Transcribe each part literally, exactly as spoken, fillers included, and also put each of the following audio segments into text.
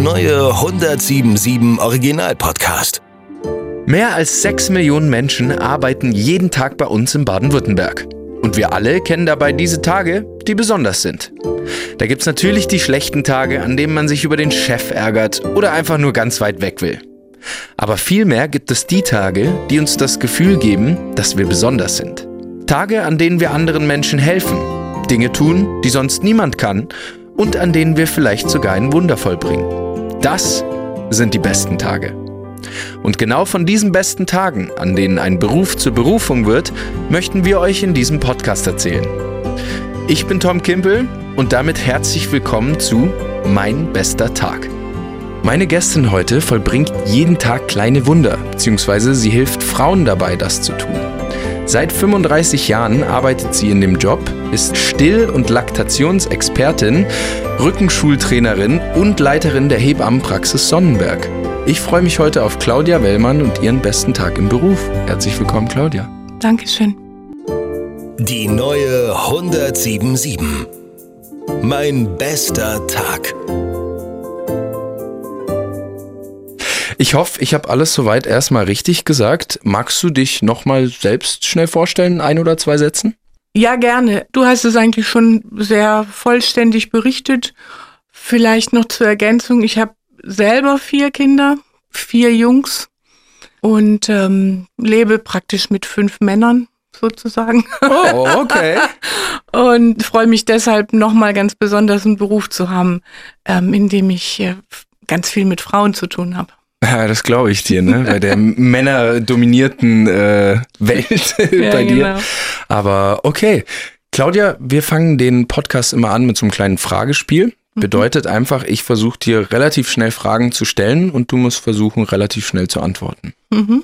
neue hundertsiebenundsiebzig Original-Podcast. Mehr als sechs Millionen Menschen arbeiten jeden Tag bei uns in Baden-Württemberg. Und wir alle kennen dabei diese Tage, die besonders sind. Da gibt's natürlich die schlechten Tage, an denen man sich über den Chef ärgert oder einfach nur ganz weit weg will. Aber vielmehr gibt es die Tage, die uns das Gefühl geben, dass wir besonders sind. Tage, an denen wir anderen Menschen helfen, Dinge tun, die sonst niemand kann und an denen wir vielleicht sogar ein Wunder vollbringen. Das sind die besten Tage. Und genau von diesen besten Tagen, an denen ein Beruf zur Berufung wird, möchten wir euch in diesem Podcast erzählen. Ich bin Tom Kimpel und damit herzlich willkommen zu Mein bester Tag. Meine Gästin heute vollbringt jeden Tag kleine Wunder, beziehungsweise sie hilft Frauen dabei, das zu tun. Seit fünfunddreißig Jahren arbeitet sie in dem Job, ist Still- und Laktationsexpertin, Rückenschultrainerin und Leiterin der Hebammenpraxis Sonnenberg. Ich freue mich heute auf Claudia Wellmann und ihren besten Tag im Beruf. Herzlich willkommen, Claudia. Dankeschön. Die neue hundertsiebenundsiebzig. Mein bester Tag. Ich hoffe, ich habe alles soweit erstmal richtig gesagt. Magst du dich nochmal selbst schnell vorstellen, ein oder zwei Sätzen? Ja, gerne. Du hast es eigentlich schon sehr vollständig berichtet. Vielleicht noch zur Ergänzung. Ich habe selber vier Kinder, vier Jungs und ähm, lebe praktisch mit fünf Männern sozusagen. Oh, okay. Und freue mich deshalb nochmal ganz besonders einen Beruf zu haben, ähm, in dem ich äh, ganz viel mit Frauen zu tun habe. Ja, das glaube ich dir, ne? Bei der männerdominierten äh, Welt ja, bei dir. Genau. Aber okay. Claudia, wir fangen den Podcast immer an mit so einem kleinen Fragespiel. Mhm. Bedeutet einfach, ich versuche dir relativ schnell Fragen zu stellen und du musst versuchen, relativ schnell zu antworten. Mhm.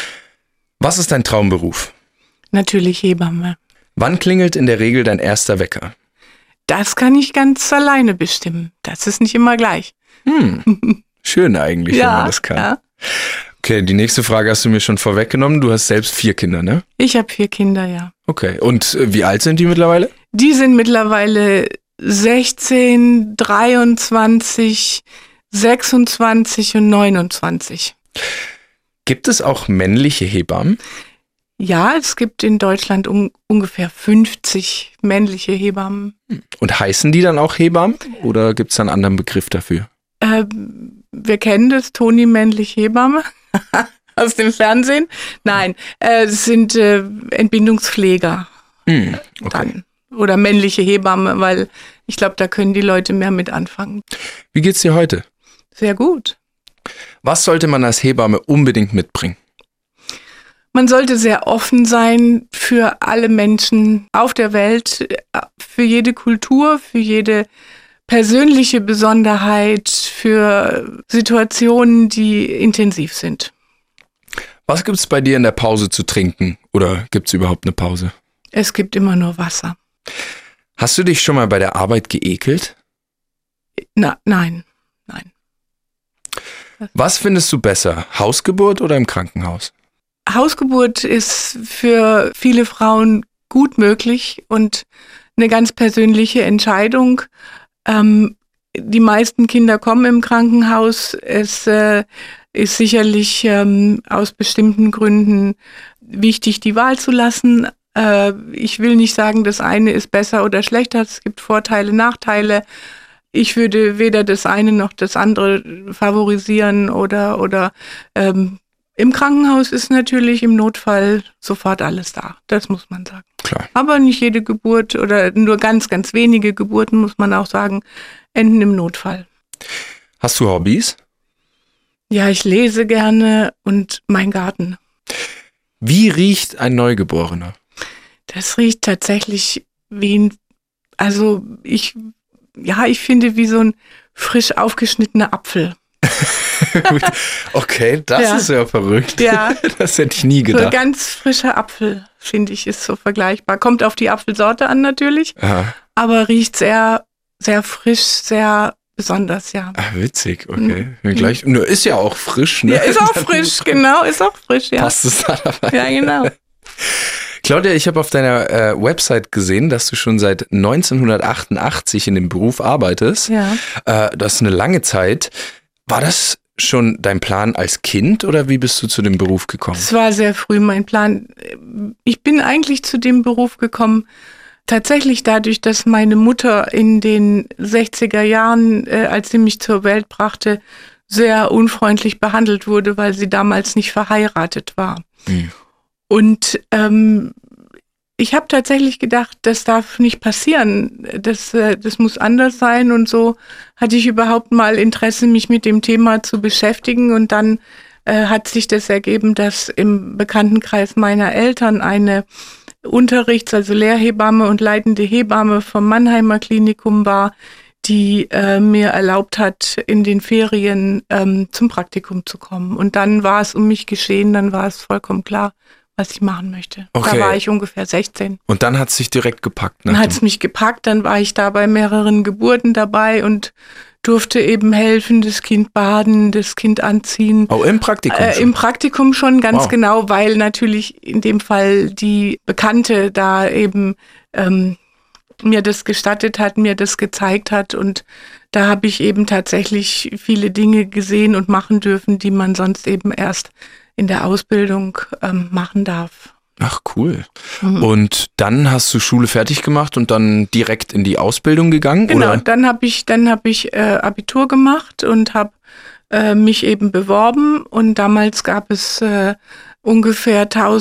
Was ist dein Traumberuf? Natürlich Hebamme. Wann klingelt in der Regel dein erster Wecker? Das kann ich ganz alleine bestimmen. Das ist nicht immer gleich. Hm. Schön eigentlich, ja, wenn man das kann. Ja. Okay, die nächste Frage hast du mir schon vorweggenommen. Du hast selbst vier Kinder, ne? Ich habe vier Kinder, ja. Okay, und äh, wie alt sind die mittlerweile? Die sind mittlerweile sechzehn, dreiundzwanzig, sechsundzwanzig und neunundzwanzig. Gibt es auch männliche Hebammen? Ja, es gibt in Deutschland un- ungefähr fünfzig männliche Hebammen. Und heißen die dann auch Hebammen oder gibt es einen anderen Begriff dafür? Äh, wir kennen das, Toni männlich Hebamme aus dem Fernsehen. Nein, äh, es sind äh, Entbindungspfleger Hm, okay. dann. Oder männliche Hebamme, weil ich glaube, da können die Leute mehr mit anfangen. Wie geht's dir heute? Sehr gut. Was sollte man als Hebamme unbedingt mitbringen? Man sollte sehr offen sein für alle Menschen auf der Welt, für jede Kultur, für jede persönliche Besonderheit, für Situationen, die intensiv sind. Was gibt's bei dir in der Pause zu trinken? Oder gibt's überhaupt eine Pause? Es gibt immer nur Wasser. Hast du dich schon mal bei der Arbeit geekelt? Na, nein, nein. Was findest du besser, Hausgeburt oder im Krankenhaus? Hausgeburt ist für viele Frauen gut möglich und eine ganz persönliche Entscheidung. Ähm, die meisten Kinder kommen im Krankenhaus. Es äh, ist sicherlich ähm, aus bestimmten Gründen wichtig, die Wahl zu lassen. Äh, ich will nicht sagen, das eine ist besser oder schlechter. Es gibt Vorteile, Nachteile. Ich würde weder das eine noch das andere favorisieren oder, oder ähm, im Krankenhaus ist natürlich im Notfall sofort alles da. Das muss man sagen. Klar. Aber nicht jede Geburt oder nur ganz, ganz wenige Geburten, muss man auch sagen, enden im Notfall. Hast du Hobbys? Ja, ich lese gerne und mein Garten. Wie riecht ein Neugeborener? Das riecht tatsächlich wie ein, also ich, ja, ich finde wie so ein frisch aufgeschnittener Apfel. Okay, das ja. ist ja verrückt. Ja. Das hätte ich nie So gedacht. ein ganz frischer Apfel, finde ich, ist so vergleichbar. Kommt auf die Apfelsorte an natürlich, Aha. aber riecht sehr, sehr frisch, sehr besonders, ja. Ah, witzig, okay. Mhm. Gleich, nur ist ja auch frisch, ne? Ja, ist auch frisch, genau, ist auch frisch, ja. Passt es da dabei? Ja, genau. Claudia, ich habe auf deiner äh, Website gesehen, dass du schon seit neunzehnhundertachtundachtzig in dem Beruf arbeitest. Ja. Äh, das ist eine lange Zeit. War das schon dein Plan als Kind oder wie bist du zu dem Beruf gekommen? Es war sehr früh mein Plan. Ich bin eigentlich zu dem Beruf gekommen, tatsächlich dadurch, dass meine Mutter in den sechziger Jahren, äh, als sie mich zur Welt brachte, sehr unfreundlich behandelt wurde, weil sie damals nicht verheiratet war. Mhm. Und ähm, ich habe tatsächlich gedacht, das darf nicht passieren, das, äh, das muss anders sein. Und so hatte ich überhaupt mal Interesse, mich mit dem Thema zu beschäftigen. Und dann äh, hat sich das ergeben, dass im Bekanntenkreis meiner Eltern eine Unterrichts-, also Lehrhebamme und leitende Hebamme vom Mannheimer Klinikum war, die äh, mir erlaubt hat, in den Ferien ähm, zum Praktikum zu kommen. Und dann war es um mich geschehen, dann war es vollkommen klar, was ich machen möchte. Okay. Da war ich ungefähr sechzehn. Und dann hat es dich direkt gepackt, ne? Dann hat es mich gepackt, dann war ich da bei mehreren Geburten dabei und durfte eben helfen, das Kind baden, das Kind anziehen. Oh, im Praktikum äh, schon? Im Praktikum schon, ganz Wow. genau, weil natürlich in dem Fall die Bekannte da eben ähm, mir das gestattet hat, mir das gezeigt hat. Und da habe ich eben tatsächlich viele Dinge gesehen und machen dürfen, die man sonst eben erst in der Ausbildung ähm, machen darf. Ach, cool. Mhm. Und dann hast du Schule fertig gemacht und dann direkt in die Ausbildung gegangen? Genau, oder? dann habe ich, dann hab ich äh, Abitur gemacht und habe äh, mich eben beworben. Und damals gab es äh, ungefähr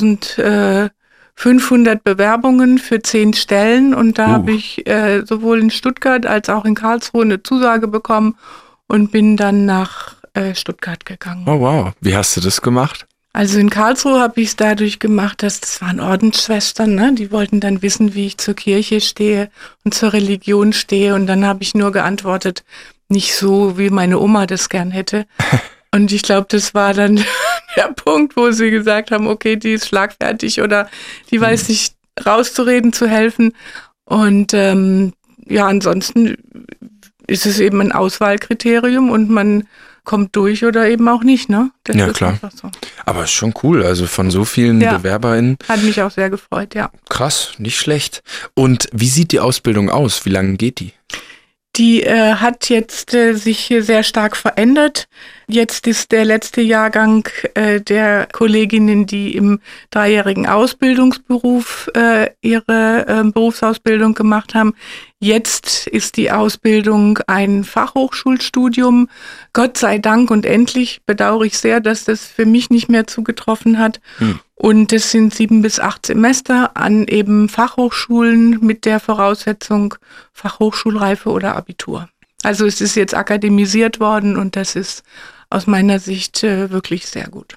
eintausendfünfhundert Bewerbungen für zehn Stellen. Und da uh. habe ich äh, sowohl in Stuttgart als auch in Karlsruhe eine Zusage bekommen und bin dann nach äh, Stuttgart gegangen. Oh wow, wie hast du das gemacht? Also in Karlsruhe habe ich es dadurch gemacht, dass das waren Ordensschwestern, ne? Die wollten dann wissen, wie ich zur Kirche stehe und zur Religion stehe. Und dann habe ich nur geantwortet, nicht so, wie meine Oma das gern hätte. Und ich glaube, das war dann der Punkt, wo sie gesagt haben, okay, die ist schlagfertig oder die weiß sich rauszureden, zu helfen. Und ähm, ja, ansonsten ist es eben ein Auswahlkriterium und man kommt durch oder eben auch nicht, ne? Das ja, ist klar. So. Aber ist schon cool, also von so vielen ja. BewerberInnen. Hat mich auch sehr gefreut, ja. Krass, nicht schlecht. Und wie sieht die Ausbildung aus? Wie lange geht die? Die äh, hat jetzt äh, sich sehr stark verändert. Jetzt ist der letzte Jahrgang äh, der Kolleginnen, die im dreijährigen Ausbildungsberuf äh, ihre äh, Berufsausbildung gemacht haben. Jetzt ist die Ausbildung ein Fachhochschulstudium. Gott sei Dank und endlich bedauere ich sehr, dass das für mich nicht mehr zugetroffen hat. Hm. Und es sind sieben bis acht Semester an eben Fachhochschulen mit der Voraussetzung Fachhochschulreife oder Abitur. Also es ist jetzt akademisiert worden und das ist aus meiner Sicht äh, wirklich sehr gut.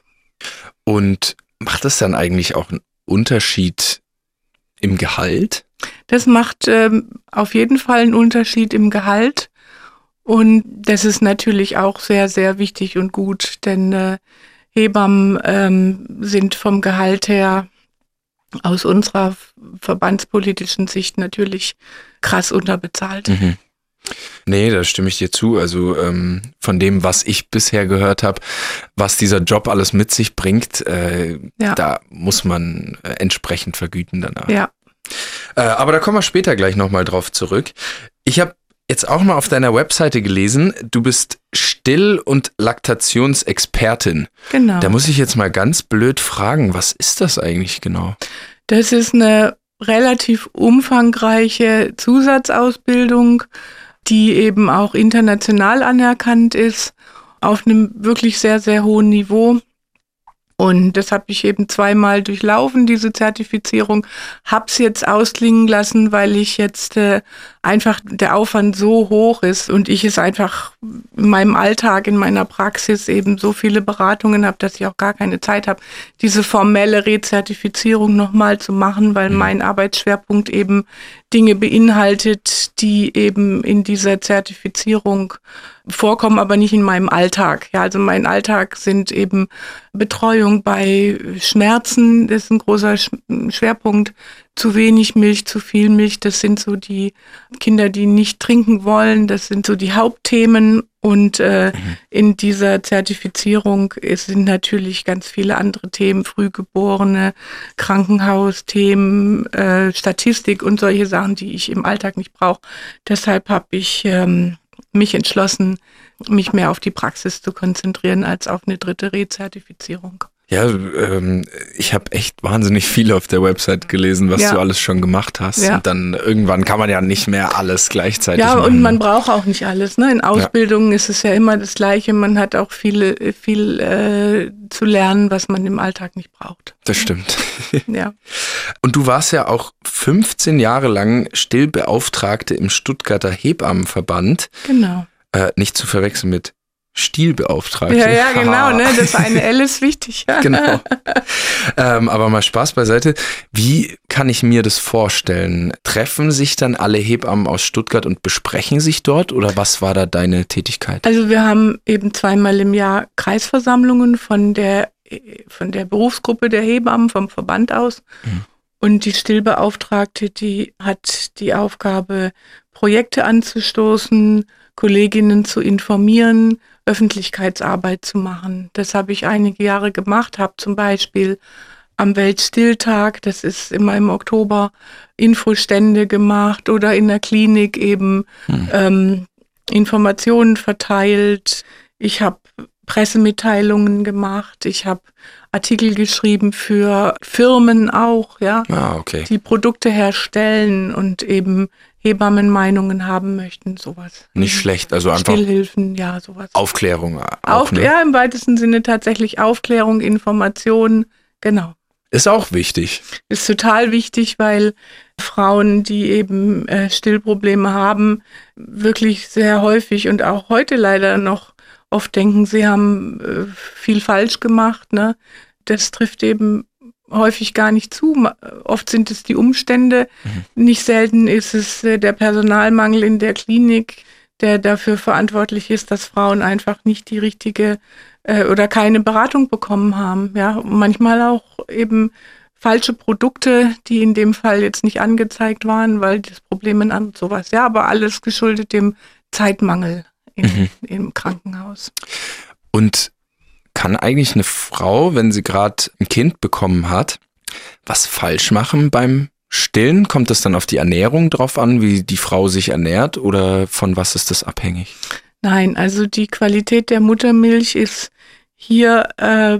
Und macht das dann eigentlich auch einen Unterschied im Gehalt? Das macht ähm, auf jeden Fall einen Unterschied im Gehalt. Und das ist natürlich auch sehr, sehr wichtig und gut, denn äh, Hebammen ähm, sind vom Gehalt her aus unserer verbandspolitischen Sicht natürlich krass unterbezahlt. Mhm. Nee, da stimme ich dir zu. Also ähm, von dem, was ich bisher gehört habe, was dieser Job alles mit sich bringt, äh, ja. da muss man äh, entsprechend vergüten danach. Ja. Äh, aber da kommen wir später gleich nochmal drauf zurück. Ich habe jetzt auch mal auf deiner Webseite gelesen, du bist Still- und Laktationsexpertin. Genau. Da muss ich jetzt mal ganz blöd fragen, was ist das eigentlich genau? Das ist eine relativ umfangreiche Zusatzausbildung, die eben auch international anerkannt ist, auf einem wirklich sehr, sehr hohen Niveau. Und das habe ich eben zweimal durchlaufen, diese Zertifizierung, hab's jetzt ausklingen lassen, weil ich jetzt äh, einfach der Aufwand so hoch ist und ich es einfach in meinem Alltag, in meiner Praxis eben so viele Beratungen habe, dass ich auch gar keine Zeit habe, diese formelle Rezertifizierung nochmal zu machen, weil mhm. mein Arbeitsschwerpunkt eben Dinge beinhaltet, die eben in dieser Zertifizierung vorkommen, aber nicht in meinem Alltag. Ja, also mein Alltag sind eben Betreuung bei Schmerzen, das ist ein großer Schwerpunkt. Zu wenig Milch, zu viel Milch, das sind so die Kinder, die nicht trinken wollen, das sind so die Hauptthemen. Und äh, mhm. in dieser Zertifizierung sind natürlich ganz viele andere Themen, Frühgeborene, Krankenhausthemen, äh, Statistik und solche Sachen, die ich im Alltag nicht brauche. Deshalb habe ich ähm, mich entschlossen, mich mehr auf die Praxis zu konzentrieren als auf eine dritte Rezertifizierung. Ja, ähm, ich habe echt wahnsinnig viel auf der Website gelesen, was ja. du alles schon gemacht hast. Ja. Und dann irgendwann kann man ja nicht mehr alles gleichzeitig ja, machen. Ja, und man braucht auch nicht alles. Ne? In Ausbildungen ja. ist es ja immer das Gleiche. Man hat auch viele, viel äh, zu lernen, was man im Alltag nicht braucht. Das stimmt. Ja. Und du warst ja auch fünfzehn Jahre lang Stillbeauftragte im Stuttgarter Hebammenverband. Genau. Äh, nicht zu verwechseln mit Stilbeauftragte. Ja, ja, genau, ne? Das eine L ist wichtig. Ja. Genau. Ähm, aber mal Spaß beiseite. Wie kann ich mir das vorstellen? Treffen sich dann alle Hebammen aus Stuttgart und besprechen sich dort? Oder was war da deine Tätigkeit? Also wir haben eben zweimal im Jahr Kreisversammlungen von der, von der Berufsgruppe der Hebammen, vom Verband aus. Mhm. Und die Stillbeauftragte, die hat die Aufgabe, Projekte anzustoßen, Kolleginnen zu informieren, Öffentlichkeitsarbeit zu machen. Das habe ich einige Jahre gemacht, habe zum Beispiel am Weltstilltag, das ist immer im Oktober, Infostände gemacht oder in der Klinik eben hm. ähm, Informationen verteilt. Ich habe Pressemitteilungen gemacht, ich habe Artikel geschrieben für Firmen auch, ja, ah, okay. die Produkte herstellen und eben Hebammenmeinungen haben möchten, sowas. Nicht schlecht, also einfach Stillhilfen, ja, sowas. Aufklärung auch, Auf, ne? Ja, im weitesten Sinne tatsächlich Aufklärung, Information, genau. Ist auch wichtig. Ist total wichtig, weil Frauen, die eben äh, Stillprobleme haben, wirklich sehr häufig und auch heute leider noch oft denken, sie haben äh, viel falsch gemacht, ne? Das trifft eben häufig gar nicht zu. Oft sind es die Umstände. Mhm. Nicht selten ist es äh, der Personalmangel in der Klinik, der dafür verantwortlich ist, dass Frauen einfach nicht die richtige äh, oder keine Beratung bekommen haben. Ja, und manchmal auch eben falsche Produkte, die in dem Fall jetzt nicht angezeigt waren, weil das Problem in und sowas. Ja, aber alles geschuldet dem Zeitmangel in, mhm. im Krankenhaus. Und kann eigentlich eine Frau, wenn sie gerade ein Kind bekommen hat, was falsch machen beim Stillen? Kommt es dann auf die Ernährung drauf an, wie die Frau sich ernährt, oder von was ist das abhängig? Nein, also die Qualität der Muttermilch ist hier äh,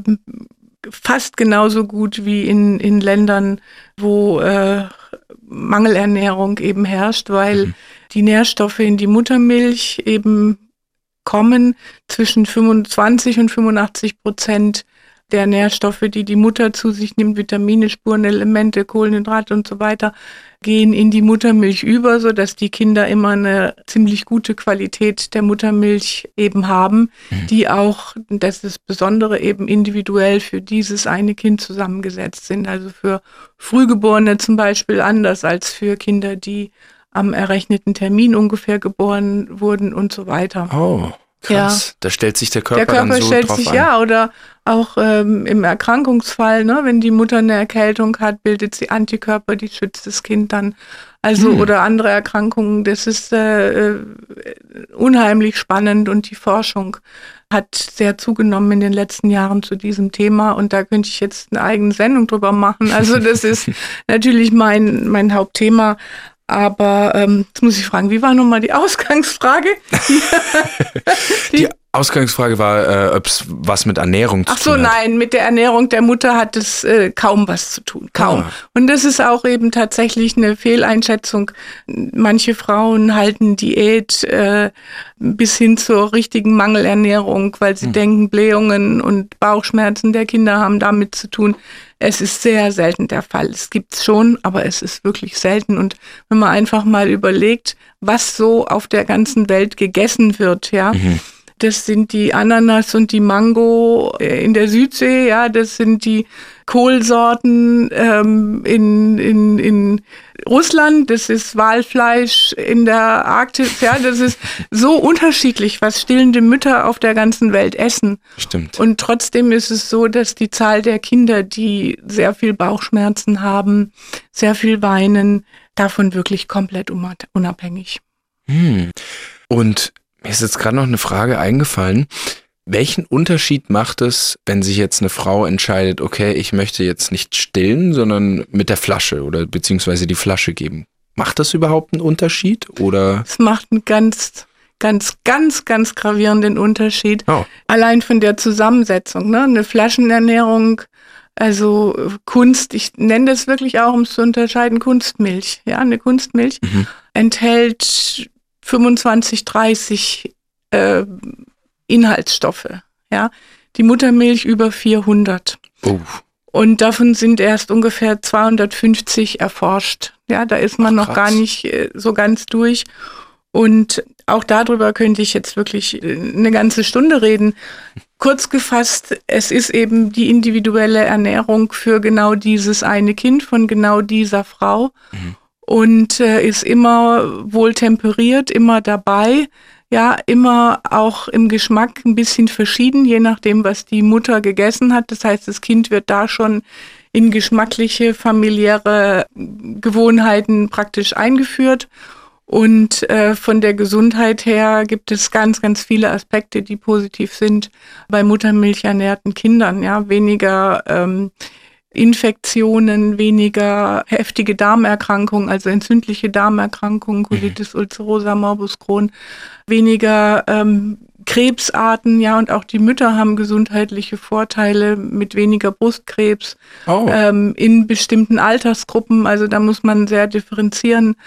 fast genauso gut wie in, in Ländern, wo äh, Mangelernährung eben herrscht, weil mhm. die Nährstoffe in die Muttermilch eben kommen. Zwischen fünfundzwanzig und fünfundachtzig Prozent der Nährstoffe, die die Mutter zu sich nimmt, Vitamine, Spurenelemente, Kohlenhydrate und so weiter, gehen in die Muttermilch über, sodass die Kinder immer eine ziemlich gute Qualität der Muttermilch eben haben, mhm. die auch, das ist das Besondere, eben individuell für dieses eine Kind zusammengesetzt sind. Also für Frühgeborene zum Beispiel anders als für Kinder, die am errechneten Termin ungefähr geboren wurden und so weiter. Oh, krass. Ja. Da stellt sich der Körper, der Körper dann so stellt drauf sich, an. Ja, oder auch ähm, im Erkrankungsfall, ne, wenn die Mutter eine Erkältung hat, bildet sie Antikörper, die schützt das Kind dann. Also, hm. oder andere Erkrankungen, das ist äh, unheimlich spannend und die Forschung hat sehr zugenommen in den letzten Jahren zu diesem Thema und da könnte ich jetzt eine eigene Sendung drüber machen. Also das ist natürlich mein, mein Hauptthema. Aber ähm, jetzt muss ich fragen, wie war nochmal die Ausgangsfrage? die, die Ausgangsfrage war, äh, ob es was mit Ernährung zu Ach so, tun hat. Ach so, nein, mit der Ernährung der Mutter hat es äh, kaum was zu tun, kaum. Ah. Und das ist auch eben tatsächlich eine Fehleinschätzung. Manche Frauen halten Diät äh, bis hin zur richtigen Mangelernährung, weil sie hm. denken, Blähungen und Bauchschmerzen der Kinder haben damit zu tun. Es ist sehr selten der Fall. Es gibt's schon, aber es ist wirklich selten. Und wenn man einfach mal überlegt, was so auf der ganzen Welt gegessen wird, ja, mhm. das sind die Ananas und die Mango in der Südsee, ja, das sind die Kohlsorten ähm, in, in, in Russland, das ist Walfleisch in der Arktis, ja, das ist so unterschiedlich, was stillende Mütter auf der ganzen Welt essen. Stimmt. Und trotzdem ist es so, dass die Zahl der Kinder, die sehr viel Bauchschmerzen haben, sehr viel weinen, davon wirklich komplett unabhängig. Hm. Und mir ist jetzt gerade noch eine Frage eingefallen. Welchen Unterschied macht es, wenn sich jetzt eine Frau entscheidet, okay, ich möchte jetzt nicht stillen, sondern mit der Flasche oder beziehungsweise die Flasche geben? Macht das überhaupt einen Unterschied? Oder? Es macht einen ganz, ganz, ganz, ganz gravierenden Unterschied. Oh. Allein von der Zusammensetzung, ne? Eine Flaschenernährung, also Kunst, ich nenne das wirklich auch, um es zu unterscheiden, Kunstmilch. Ja, eine Kunstmilch Mhm. enthält fünfundzwanzig, dreißig äh, Inhaltsstoffe. Ja, die Muttermilch über vierhundert. Oh. Und davon sind erst ungefähr zweihundertfünfzig erforscht. Ja, da ist man Ach, noch krass. gar nicht äh, so ganz durch. Und auch darüber könnte ich jetzt wirklich äh, eine ganze Stunde reden. Kurz gefasst, es ist eben die individuelle Ernährung für genau dieses eine Kind von genau dieser Frau. Mhm. Und äh, ist immer wohl temperiert, immer dabei. Ja, immer auch im Geschmack ein bisschen verschieden, je nachdem, was die Mutter gegessen hat. Das heißt, das Kind wird da schon in geschmackliche, familiäre Gewohnheiten praktisch eingeführt. Und äh, von der Gesundheit her gibt es ganz, ganz viele Aspekte, die positiv sind bei muttermilchernährten Kindern. Ja, weniger ähm, Infektionen, weniger heftige Darmerkrankungen, also entzündliche Darmerkrankungen, Colitis ulcerosa, Morbus Crohn, weniger ähm, Krebsarten, ja, und auch die Mütter haben gesundheitliche Vorteile mit weniger Brustkrebs Oh. ähm, in bestimmten Altersgruppen, also da muss man sehr differenzieren,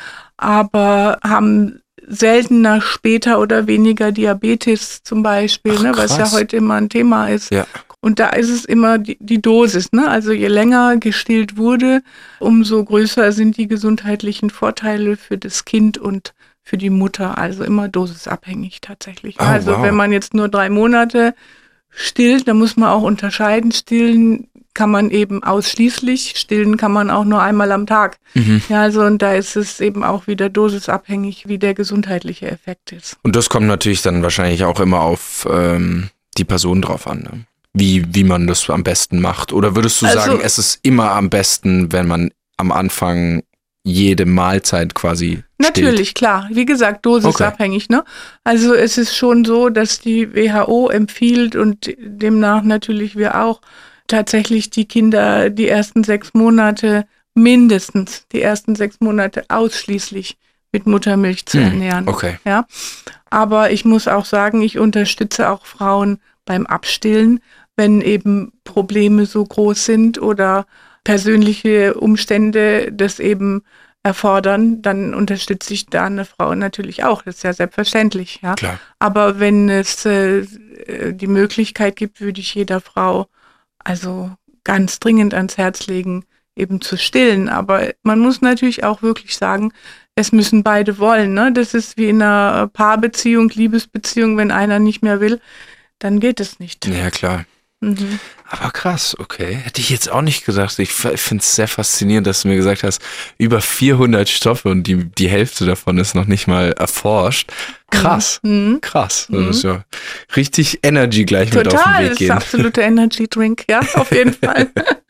aber haben seltener später oder weniger Diabetes zum Beispiel, Ach, ne, was ja krass. heute immer ein Thema ist. Ja. Und da ist es immer die, die Dosis, ne? Also je länger gestillt wurde, umso größer sind die gesundheitlichen Vorteile für das Kind und für die Mutter. Also immer dosisabhängig tatsächlich. Oh, also wow. wenn man jetzt nur drei Monate stillt, dann muss man auch unterscheiden. Stillen kann man eben ausschließlich, stillen kann man auch nur einmal am Tag. Mhm. Ja, also und da ist es eben auch wieder dosisabhängig, wie der gesundheitliche Effekt ist. Und das kommt natürlich dann wahrscheinlich auch immer auf ähm, die Person drauf an, ne? Wie, wie man das am besten macht. Oder würdest du Also- sagen, es ist immer am besten, wenn man am Anfang jede Mahlzeit quasi stillt? Natürlich, klar. Wie gesagt, dosisabhängig, ne? Also es ist schon so, dass die W H O empfiehlt und demnach natürlich wir auch tatsächlich die Kinder die ersten sechs Monate mindestens die ersten sechs Monate ausschließlich mit Muttermilch zu Hm, ernähren. okay. Ja. Aber ich muss auch sagen, ich unterstütze auch Frauen beim Abstillen, wenn eben Probleme so groß sind oder persönliche Umstände das eben erfordern, dann unterstütze ich da eine Frau natürlich auch. Das ist ja selbstverständlich, ja. Klar. Aber wenn es äh, die Möglichkeit gibt, würde ich jeder Frau also ganz dringend ans Herz legen, eben zu stillen. Aber man muss natürlich auch wirklich sagen, es müssen beide wollen, ne? Das ist wie in einer Paarbeziehung, Liebesbeziehung, wenn einer nicht mehr will, dann geht es nicht. Ja, klar. Mhm. Aber krass, okay. Hätte ich jetzt auch nicht gedacht. Ich finde es sehr faszinierend, dass du mir gesagt hast, über vierhundert Stoffe und die, die Hälfte davon ist noch nicht mal erforscht. Krass, Mhm. krass. Mhm. Das ist ja richtig Energy gleich mit auf den Total, Weg das ist gehen. absolute Energy Drink, ja, auf jeden Fall.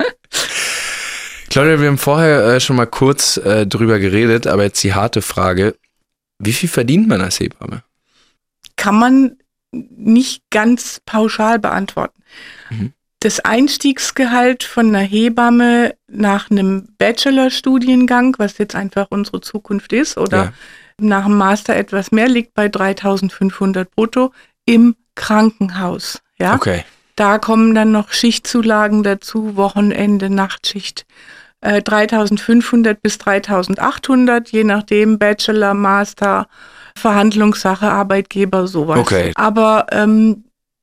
Claudia, wir haben vorher äh, schon mal kurz äh, drüber geredet, aber jetzt die harte Frage. Wie viel verdient man als Hebamme? Kann man nicht ganz pauschal beantworten. Mhm. Das Einstiegsgehalt von einer Hebamme nach einem Bachelorstudiengang, was jetzt einfach unsere Zukunft ist, oder Ja. nach dem Master etwas mehr, liegt bei dreitausendfünfhundert brutto im Krankenhaus. Ja? Okay. Da kommen dann noch Schichtzulagen dazu, Wochenende, Nachtschicht. Äh, dreitausendfünfhundert bis dreitausendachthundert, je nachdem, Bachelor, Master, Verhandlungssache, Arbeitgeber, sowas. Okay. Aber ähm,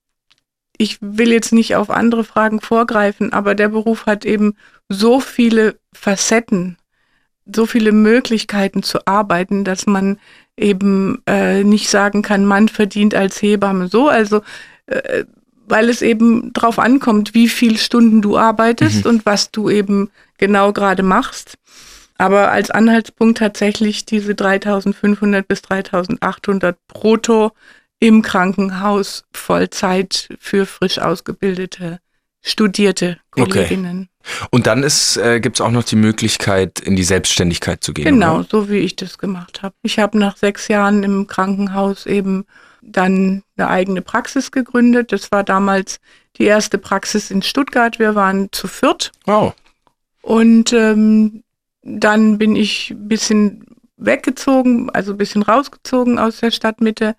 ich will jetzt nicht auf andere Fragen vorgreifen, aber der Beruf hat eben so viele Facetten, so viele Möglichkeiten zu arbeiten, dass man eben äh, nicht sagen kann, man verdient als Hebamme so. Also äh, weil es eben drauf ankommt, wie viele Stunden du arbeitest Mhm. und was du eben genau gerade machst. Aber als Anhaltspunkt tatsächlich diese dreitausendfünfhundert bis dreitausendachthundert brutto im Krankenhaus Vollzeit für frisch ausgebildete, studierte Kolleginnen. Und dann ist, äh, gibt es auch noch die Möglichkeit, in die Selbstständigkeit zu gehen. Genau, Oder? so wie ich das gemacht habe. Ich habe nach sechs Jahren im Krankenhaus eben dann eine eigene Praxis gegründet. Das war damals die erste Praxis in Stuttgart. Wir waren zu viert. Wow. Und ähm, dann bin ich ein bisschen weggezogen, also ein bisschen rausgezogen aus der Stadtmitte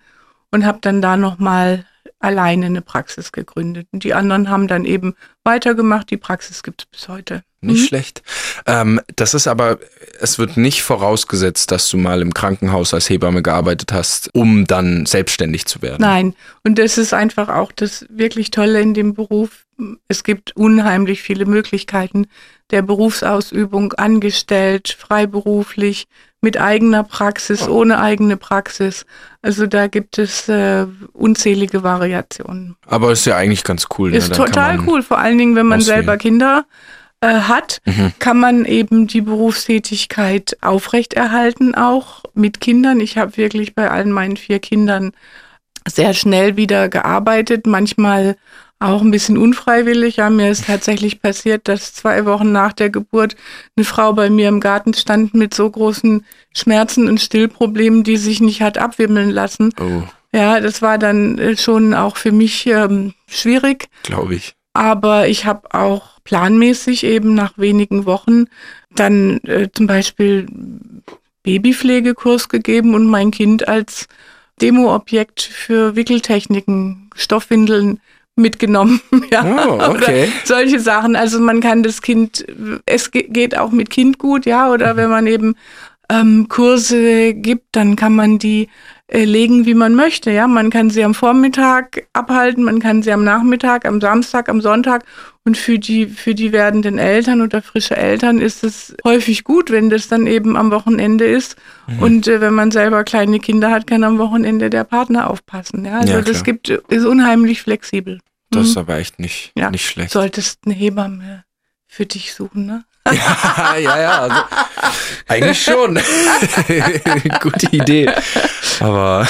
und habe dann da nochmal alleine eine Praxis gegründet. Und die anderen haben dann eben weitergemacht. Die Praxis gibt es bis heute. Nicht mhm. schlecht. Ähm, das ist aber, es wird nicht vorausgesetzt, dass du mal im Krankenhaus als Hebamme gearbeitet hast, um dann selbstständig zu werden. Nein, und das ist einfach auch das wirklich Tolle in dem Beruf. Es gibt unheimlich viele Möglichkeiten der Berufsausübung, angestellt, freiberuflich, mit eigener Praxis, oh. ohne eigene Praxis. Also da gibt es äh, unzählige Variationen. Aber ist ja eigentlich ganz cool. Ist ne? total cool, vor allen Dingen, wenn man auswählen. selber Kinder äh, hat, mhm. kann man eben die Berufstätigkeit aufrechterhalten, auch mit Kindern. Ich habe wirklich bei allen meinen vier Kindern sehr schnell wieder gearbeitet, manchmal auch ein bisschen unfreiwillig. Ja, mir ist tatsächlich passiert, dass zwei Wochen nach der Geburt eine Frau bei mir im Garten stand mit so großen Schmerzen und Stillproblemen, die sich nicht hat abwimmeln lassen. Oh. Ja, das war dann schon auch für mich ähm, schwierig. Glaube ich. Aber ich habe auch planmäßig eben nach wenigen Wochen dann äh, zum Beispiel Babypflegekurs gegeben und mein Kind als Demoobjekt für Wickeltechniken, Stoffwindeln mitgenommen. Ja, oh, okay. Oder solche Sachen. Also man kann das Kind, es geht auch mit Kind gut, ja, oder wenn man eben ähm, Kurse gibt, dann kann man die äh, legen, wie man möchte, ja. Man kann sie am Vormittag abhalten, man kann sie am Nachmittag, am Samstag, am Sonntag. Und für die, für die werdenden Eltern oder frische Eltern ist es häufig gut, wenn das dann eben am Wochenende ist. Mhm. Und äh, wenn man selber kleine Kinder hat, kann am Wochenende der Partner aufpassen. Ja? Also ja, das gibt, ist unheimlich flexibel. Das mhm. ist aber echt nicht, ja. nicht schlecht. Solltest eine Hebamme für dich suchen, ne? Ja, ja, ja. Also, eigentlich schon. Gute Idee. Aber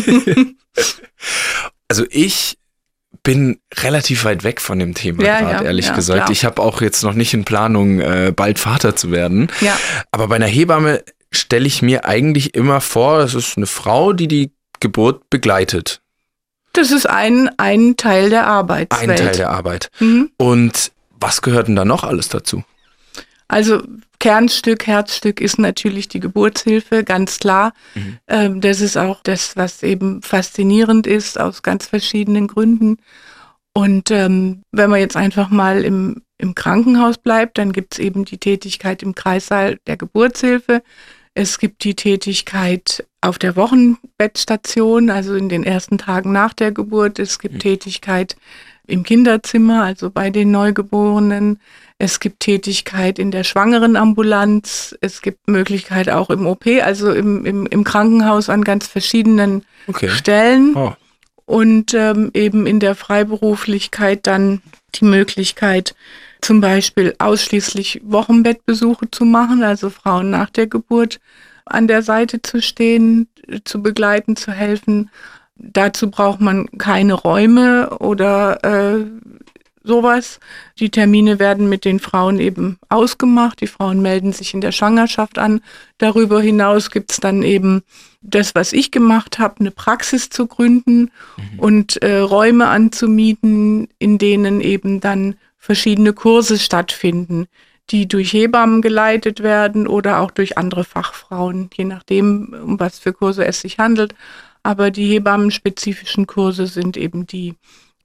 also ich bin relativ weit weg von dem Thema ja, gerade, ja, ehrlich ja, gesagt. klar. Ich habe auch jetzt noch nicht in Planung, äh, bald Vater zu werden. Ja. Aber bei einer Hebamme stelle ich mir eigentlich immer vor, das ist eine Frau, die die Geburt begleitet. Das ist ein, ein Teil der Arbeitswelt. Ein Teil der Arbeit. Mhm. Und was gehört denn da noch alles dazu? Also Kernstück, Herzstück ist natürlich die Geburtshilfe, ganz klar. Mhm. Ähm, das ist auch das, was eben faszinierend ist, aus ganz verschiedenen Gründen. Und ähm, wenn man jetzt einfach mal im, im Krankenhaus bleibt, dann gibt es eben die Tätigkeit im Kreissaal der Geburtshilfe. Es gibt die Tätigkeit auf der Wochenbettstation, also in den ersten Tagen nach der Geburt. Es gibt mhm. Tätigkeit im Kinderzimmer, also bei den Neugeborenen. Es gibt Tätigkeit in der Schwangerenambulanz. Es gibt Möglichkeit auch im O P, also im, im, im Krankenhaus an ganz verschiedenen okay. Stellen. Oh. Und ähm, eben in der Freiberuflichkeit dann die Möglichkeit, zum Beispiel ausschließlich Wochenbettbesuche zu machen, also Frauen nach der Geburt an der Seite zu stehen, zu begleiten, zu helfen. Dazu braucht man keine Räume oder äh, sowas. Die Termine werden mit den Frauen eben ausgemacht. Die Frauen melden sich in der Schwangerschaft an. Darüber hinaus gibt es dann eben das, was ich gemacht habe, eine Praxis zu gründen mhm. und äh, Räume anzumieten, in denen eben dann verschiedene Kurse stattfinden, die durch Hebammen geleitet werden oder auch durch andere Fachfrauen, je nachdem, um was für Kurse es sich handelt. Aber die hebammenspezifischen Kurse sind eben die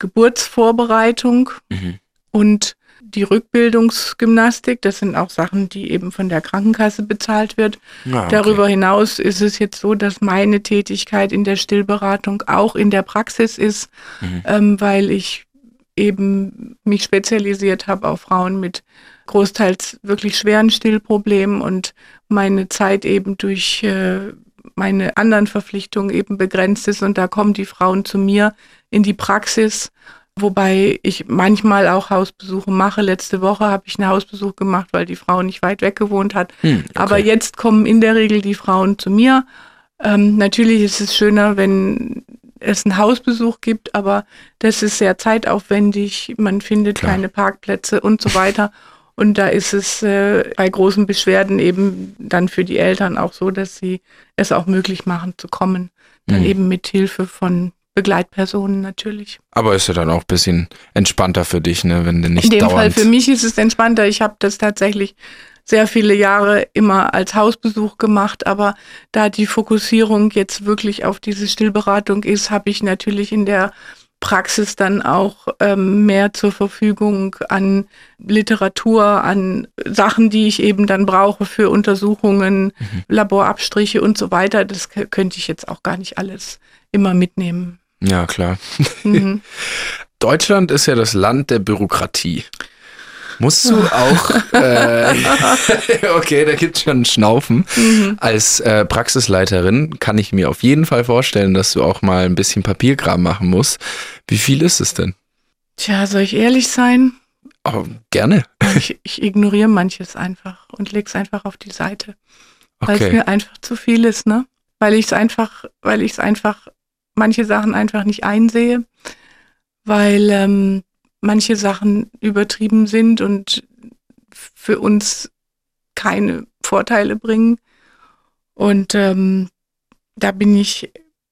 Geburtsvorbereitung mhm. und die Rückbildungsgymnastik. Das sind auch Sachen, die eben von der Krankenkasse bezahlt wird. Ah, okay. Darüber hinaus ist es jetzt so, dass meine Tätigkeit in der Stillberatung auch in der Praxis ist, mhm. ähm, weil ich eben mich spezialisiert habe auf Frauen mit großteils wirklich schweren Stillproblemen und meine Zeit eben durch äh, meine anderen Verpflichtungen eben begrenzt ist und da kommen die Frauen zu mir in die Praxis, wobei ich manchmal auch Hausbesuche mache. Letzte Woche habe ich einen Hausbesuch gemacht, weil die Frau nicht weit weg gewohnt hat. Hm, okay. Aber jetzt kommen in der Regel die Frauen zu mir. Ähm, natürlich ist es schöner, wenn es einen Hausbesuch gibt, aber das ist sehr zeitaufwendig. Man findet Klar. keine Parkplätze und so weiter. Und da ist es äh, bei großen Beschwerden eben dann für die Eltern auch so, dass sie es auch möglich machen zu kommen. Dann mhm. eben mit Hilfe von Begleitpersonen natürlich. Aber ist ja dann auch ein bisschen entspannter für dich, ne, wenn du nicht In dem dauernd... Fall für mich ist es entspannter. Ich habe das tatsächlich sehr viele Jahre immer als Hausbesuch gemacht, aber da die Fokussierung jetzt wirklich auf diese Stillberatung ist, habe ich natürlich in der Praxis dann auch ähm, mehr zur Verfügung an Literatur, an Sachen, die ich eben dann brauche für Untersuchungen, mhm. Laborabstriche und so weiter. Das k- könnte ich jetzt auch gar nicht alles immer mitnehmen. Ja, klar. Mhm. Deutschland ist ja das Land der Bürokratie. Musst du auch, äh, okay, da gibt's schon ein Schnaufen. Mhm. Als äh, Praxisleiterin kann ich mir auf jeden Fall vorstellen, dass du auch mal ein bisschen Papierkram machen musst. Wie viel ist es denn? Tja, soll ich ehrlich sein? Oh, gerne. Ich, ich ignoriere manches einfach und lege es einfach auf die Seite. Weil Okay. es mir einfach zu viel ist, ne? Weil ich es einfach, weil ich es einfach, manche Sachen einfach nicht einsehe, weil ähm, manche Sachen übertrieben sind und für uns keine Vorteile bringen. Und ähm, da bin ich,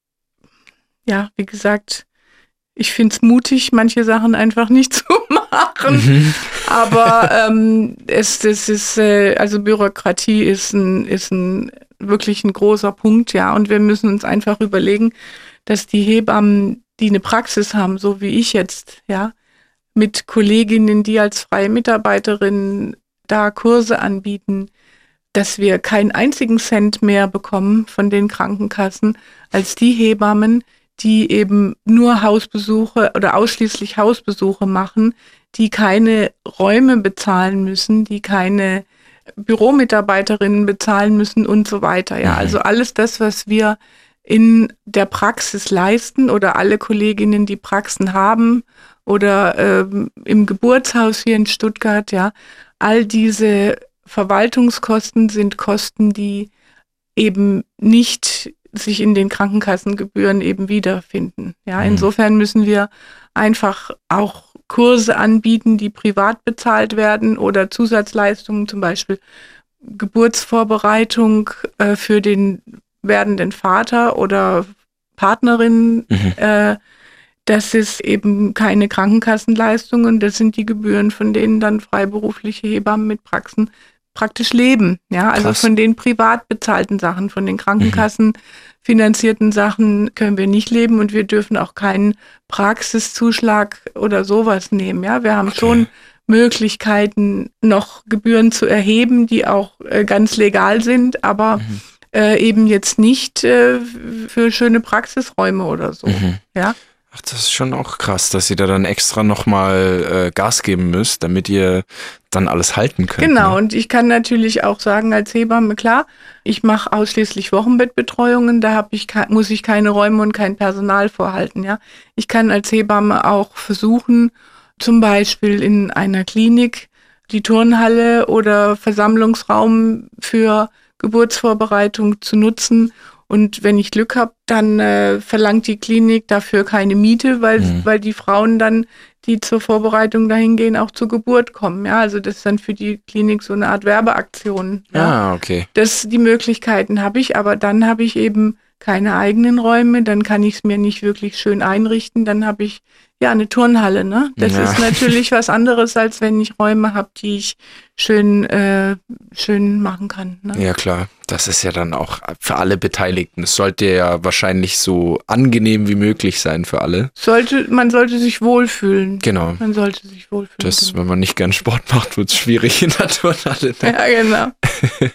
ja, wie gesagt, ich finde es mutig, manche Sachen einfach nicht zu machen. Mhm. Aber ähm, es, es ist, äh, also Bürokratie ist ein, ist ein wirklich ein großer Punkt, ja. Und wir müssen uns einfach überlegen, dass die Hebammen, die eine Praxis haben, so wie ich jetzt, ja, mit Kolleginnen, die als freie Mitarbeiterin da Kurse anbieten, dass wir keinen einzigen Cent mehr bekommen von den Krankenkassen als die Hebammen, die eben nur Hausbesuche oder ausschließlich Hausbesuche machen, die keine Räume bezahlen müssen, die keine Büromitarbeiterinnen bezahlen müssen und so weiter. Ja, also alles das, was wir in der Praxis leisten oder alle Kolleginnen, die Praxen haben oder ähm, im Geburtshaus hier in Stuttgart, ja, all diese Verwaltungskosten sind Kosten, die eben nicht sich in den Krankenkassengebühren eben wiederfinden. Ja, insofern müssen wir einfach auch Kurse anbieten, die privat bezahlt werden oder Zusatzleistungen, zum Beispiel Geburtsvorbereitung äh, für den werdenden Vater oder Partnerin. Mhm. Äh, das ist eben keine Krankenkassenleistungen, das sind die Gebühren, von denen dann freiberufliche Hebammen mit Praxen praktisch leben. Ja, also Krass. von den privat bezahlten Sachen, von den Krankenkassen finanzierten Sachen können wir nicht leben und wir dürfen auch keinen Praxiszuschlag oder sowas nehmen. Ja, wir haben Okay. schon Möglichkeiten, noch Gebühren zu erheben, die auch äh, ganz legal sind, aber Mhm. äh, eben jetzt nicht äh, für schöne Praxisräume oder so. Mhm. Ja. Ach, das ist schon auch krass, dass ihr da dann extra nochmal äh, Gas geben müsst, damit ihr dann alles halten könnt. Genau, Ne? und ich kann natürlich auch sagen als Hebamme, klar, ich mache ausschließlich Wochenbettbetreuungen, da hab ich, ke- muss ich keine Räume und kein Personal vorhalten. Ja, ich kann als Hebamme auch versuchen, zum Beispiel in einer Klinik die Turnhalle oder Versammlungsraum für Geburtsvorbereitung zu nutzen. Und wenn ich Glück habe, dann äh, verlangt die Klinik dafür keine Miete, weil, Mhm. weil die Frauen dann, die zur Vorbereitung dahin gehen, auch zur Geburt kommen. Ja, also das ist dann für die Klinik so eine Art Werbeaktion. Ja. Ah, okay. Das, die Möglichkeiten habe ich, aber dann habe ich eben keine eigenen Räume, dann kann ich es mir nicht wirklich schön einrichten, dann habe ich ja eine Turnhalle, ne? Das Ja. ist natürlich was anderes, als wenn ich Räume habe, die ich schön, äh, schön machen kann. Ne? Ja, klar. Das ist ja dann auch für alle Beteiligten. Es sollte ja wahrscheinlich so angenehm wie möglich sein für alle. Sollte, man sollte sich wohlfühlen. Genau. Man sollte sich wohlfühlen. Das, wenn man nicht gern Sport macht, wird es schwierig in der Turnhalle. Ne? ja, genau.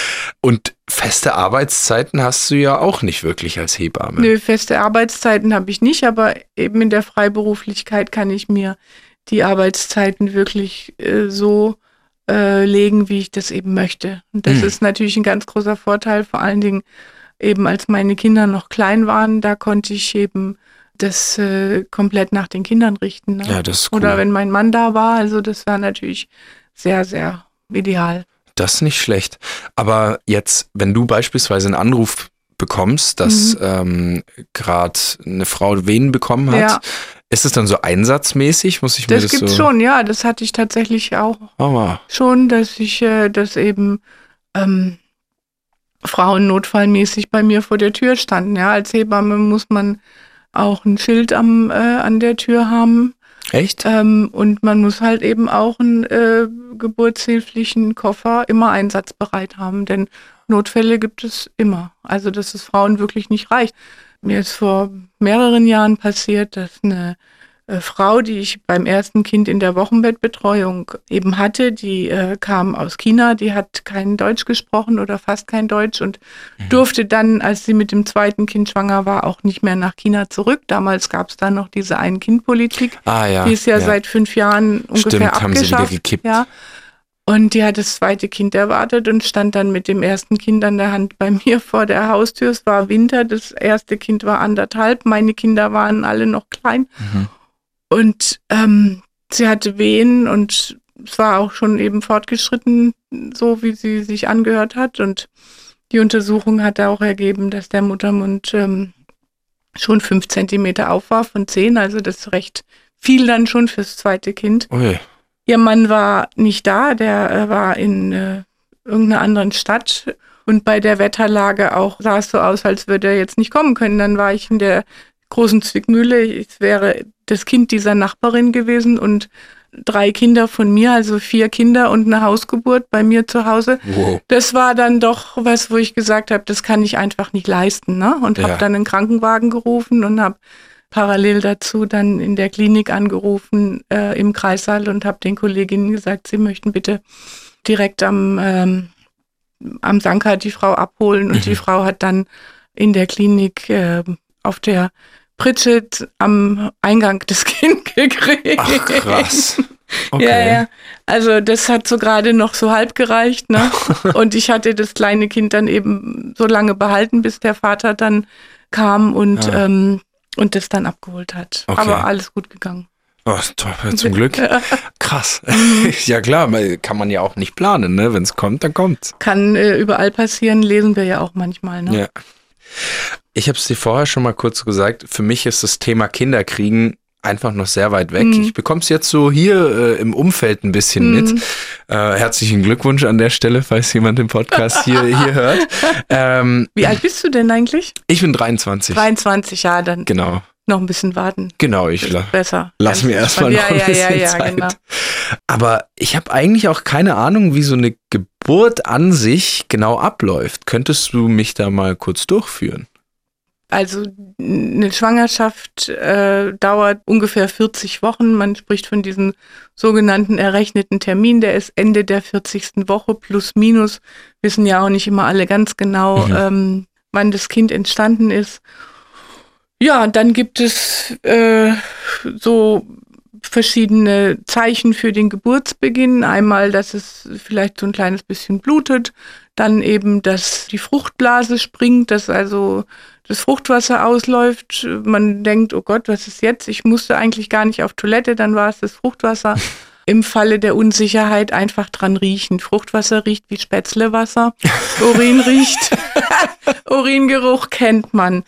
Und feste Arbeitszeiten hast du ja auch nicht wirklich als Hebamme. Nö, feste Arbeitszeiten habe ich nicht, aber eben in der Freiberuflichkeit kann ich mir die Arbeitszeiten wirklich äh, so äh, legen, wie ich das eben möchte. Und das Mhm. ist natürlich ein ganz großer Vorteil, vor allen Dingen eben als meine Kinder noch klein waren, da konnte ich eben das äh, komplett nach den Kindern richten. Ne? Ja, das ist cool. Oder wenn mein Mann da war, also das war natürlich sehr, sehr ideal. Das ist nicht schlecht. Aber jetzt, wenn du beispielsweise einen Anruf bekommst, dass Mhm. ähm, gerade eine Frau Wehen bekommen hat, Ja. ist es dann so einsatzmäßig? Muss ich mir Das das gibt's so... schon, ja, das hatte ich tatsächlich auch Oh, wow. schon, dass ich, äh, dass eben ähm, Frauen notfallmäßig bei mir vor der Tür standen. Ja, als Hebamme muss man auch ein Schild am, äh, an der Tür haben. Echt? Ähm, und man muss halt eben auch einen äh, geburtshilflichen Koffer immer einsatzbereit haben, denn Notfälle gibt es immer. Also, dass es Frauen wirklich nicht reicht. Mir ist vor mehreren Jahren passiert, dass eine äh, Frau, die ich beim ersten Kind in der Wochenbettbetreuung eben hatte, die äh, kam aus China, die hat kein Deutsch gesprochen oder fast kein Deutsch und mhm. durfte dann, als sie mit dem zweiten Kind schwanger war, auch nicht mehr nach China zurück. Damals gab es da noch diese Ein-Kind-Politik, ah, ja, die ist ja, ja seit fünf Jahren ungefähr Stimmt, abgeschafft. haben sie wieder gekippt. Ja. Und die hat das zweite Kind erwartet und stand dann mit dem ersten Kind an der Hand bei mir vor der Haustür. Es war Winter, das erste Kind war anderthalb, meine Kinder waren alle noch klein. Mhm. Und ähm, sie hatte Wehen und es war auch schon eben fortgeschritten, so wie sie sich angehört hat. Und die Untersuchung hatte auch ergeben, dass der Muttermund ähm, schon fünf Zentimeter auf war von zehn, also das ist recht viel dann schon fürs zweite Kind. Ui. Ihr Mann war nicht da, der äh, war in äh, irgendeiner anderen Stadt und bei der Wetterlage auch sah es so aus, als würde er jetzt nicht kommen können. Dann war ich in der großen Zwickmühle, es wäre das Kind dieser Nachbarin gewesen und drei Kinder von mir, also vier Kinder und eine Hausgeburt bei mir zu Hause. Wow. Das war dann doch was, wo ich gesagt habe, das kann ich einfach nicht leisten, ne? Und Ja. habe dann einen Krankenwagen gerufen und habe parallel dazu dann in der Klinik angerufen äh, im Kreissaal und habe den Kolleginnen gesagt, sie möchten bitte direkt am, ähm, am Sanka die Frau abholen. Und Mhm. die Frau hat dann in der Klinik äh, auf der Pritsche am Eingang das Kind gekriegt. Ach, krass. Okay. Ja, ja. Also das hat so gerade noch so halb gereicht, ne? Und ich hatte das kleine Kind dann eben so lange behalten, bis der Vater dann kam und Ah. ähm, und das dann abgeholt hat. Okay. Aber alles gut gegangen. Oh, toll, zum Glück. Krass. Ja klar, kann man ja auch nicht planen, ne? Wenn es kommt, dann kommt's. Kann äh, überall passieren, lesen wir ja auch manchmal, ne? Ja. Ich habe es dir vorher schon mal kurz gesagt, für mich ist das Thema Kinderkriegen einfach noch sehr weit weg. Mhm. Ich bekomme es jetzt so hier äh, im Umfeld ein bisschen Mhm. mit. Äh, herzlichen Glückwunsch an der Stelle, falls jemand den Podcast hier, hier hört. Ähm, Wie alt bist du denn eigentlich? ich bin dreiundzwanzig. dreiundzwanzig Jahre, dann Genau, noch ein bisschen warten. genau. Ich la Besser. lass mir erstmal noch ja, ein ja, bisschen ja, ja, Zeit. genau. Aber ich habe eigentlich auch keine Ahnung, wie so eine Geburt an sich genau abläuft. Könntest du mich da mal kurz durchführen? Also eine Schwangerschaft äh, dauert ungefähr vierzig Wochen. Man spricht von diesem sogenannten errechneten Termin, der ist Ende der vierzigsten Woche plus minus. Wissen ja auch nicht immer alle ganz genau, Mhm. ähm, wann das Kind entstanden ist. Ja, dann gibt es äh, so verschiedene Zeichen für den Geburtsbeginn. Einmal, dass es vielleicht so ein kleines bisschen blutet. Dann eben, dass die Fruchtblase springt, dass also das Fruchtwasser ausläuft. Man denkt, oh Gott, was ist jetzt? Ich musste eigentlich gar nicht auf Toilette, dann war es das Fruchtwasser. Im Falle der Unsicherheit einfach dran riechen. Fruchtwasser riecht wie Spätzlewasser. Urin riecht. Uringeruch kennt man.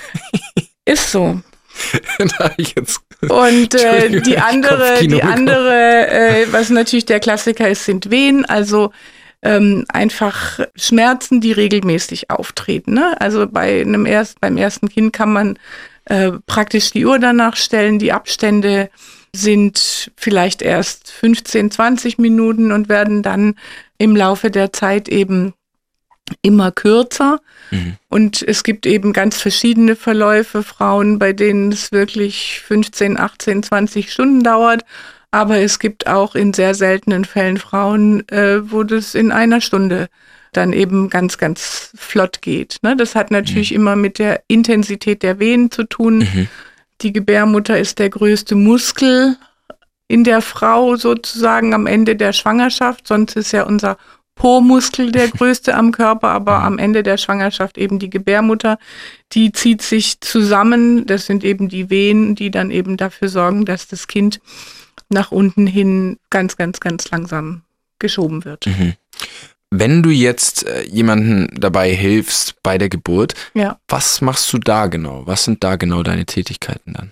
Ist so. Da hab ich jetzt Und äh, Entschuldigung, die andere, Kopfkino die bekommen. andere, äh, was natürlich der Klassiker ist, sind Wehen. Also ähm, einfach Schmerzen, die regelmäßig auftreten. Ne? Also bei einem erst, beim ersten Kind kann man äh, praktisch die Uhr danach stellen. Die Abstände sind vielleicht erst fünfzehn, zwanzig Minuten und werden dann im Laufe der Zeit eben immer kürzer. Mhm. Und es gibt eben ganz verschiedene Verläufe, Frauen, bei denen es wirklich fünfzehn, achtzehn, zwanzig Stunden dauert. Aber es gibt auch in sehr seltenen Fällen Frauen, äh, wo das in einer Stunde dann eben ganz, ganz flott geht. Ne? Das hat natürlich mhm. immer mit der Intensität der Wehen zu tun. Mhm. Die Gebärmutter ist der größte Muskel in der Frau sozusagen am Ende der Schwangerschaft. Sonst ist ja unser Po-Muskel der größte am Körper, aber am Ende der Schwangerschaft eben die Gebärmutter. Die zieht sich zusammen. Das sind eben die Wehen, die dann eben dafür sorgen, dass das Kind nach unten hin ganz, ganz, ganz langsam geschoben wird. Mhm. Wenn du jetzt äh, jemanden dabei hilfst bei der Geburt, Ja. was machst du da genau? Was sind da genau deine Tätigkeiten dann?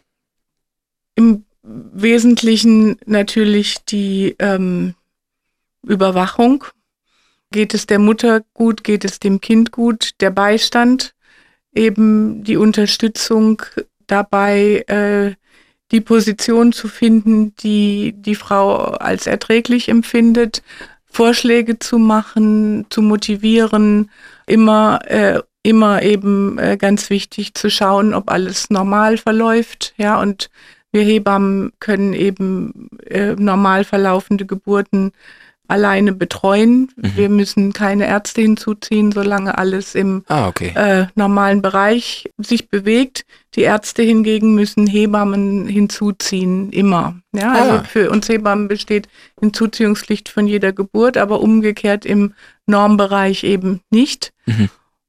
Im Wesentlichen natürlich die ähm, Überwachung. Geht es der Mutter gut, geht es dem Kind gut, der Beistand, eben die Unterstützung dabei, äh, die Position zu finden, die die Frau als erträglich empfindet, Vorschläge zu machen, zu motivieren, immer, äh, immer eben äh, ganz wichtig zu schauen, ob alles normal verläuft, ja, und wir Hebammen können eben äh, normal verlaufende Geburten alleine betreuen. Mhm. Wir müssen keine Ärzte hinzuziehen, solange alles im ah, okay. äh, normalen Bereich sich bewegt. Die Ärzte hingegen müssen Hebammen hinzuziehen, immer. Ja, also ah. für uns Hebammen besteht Hinzuziehungspflicht von jeder Geburt, aber umgekehrt im Normbereich eben nicht. Mhm.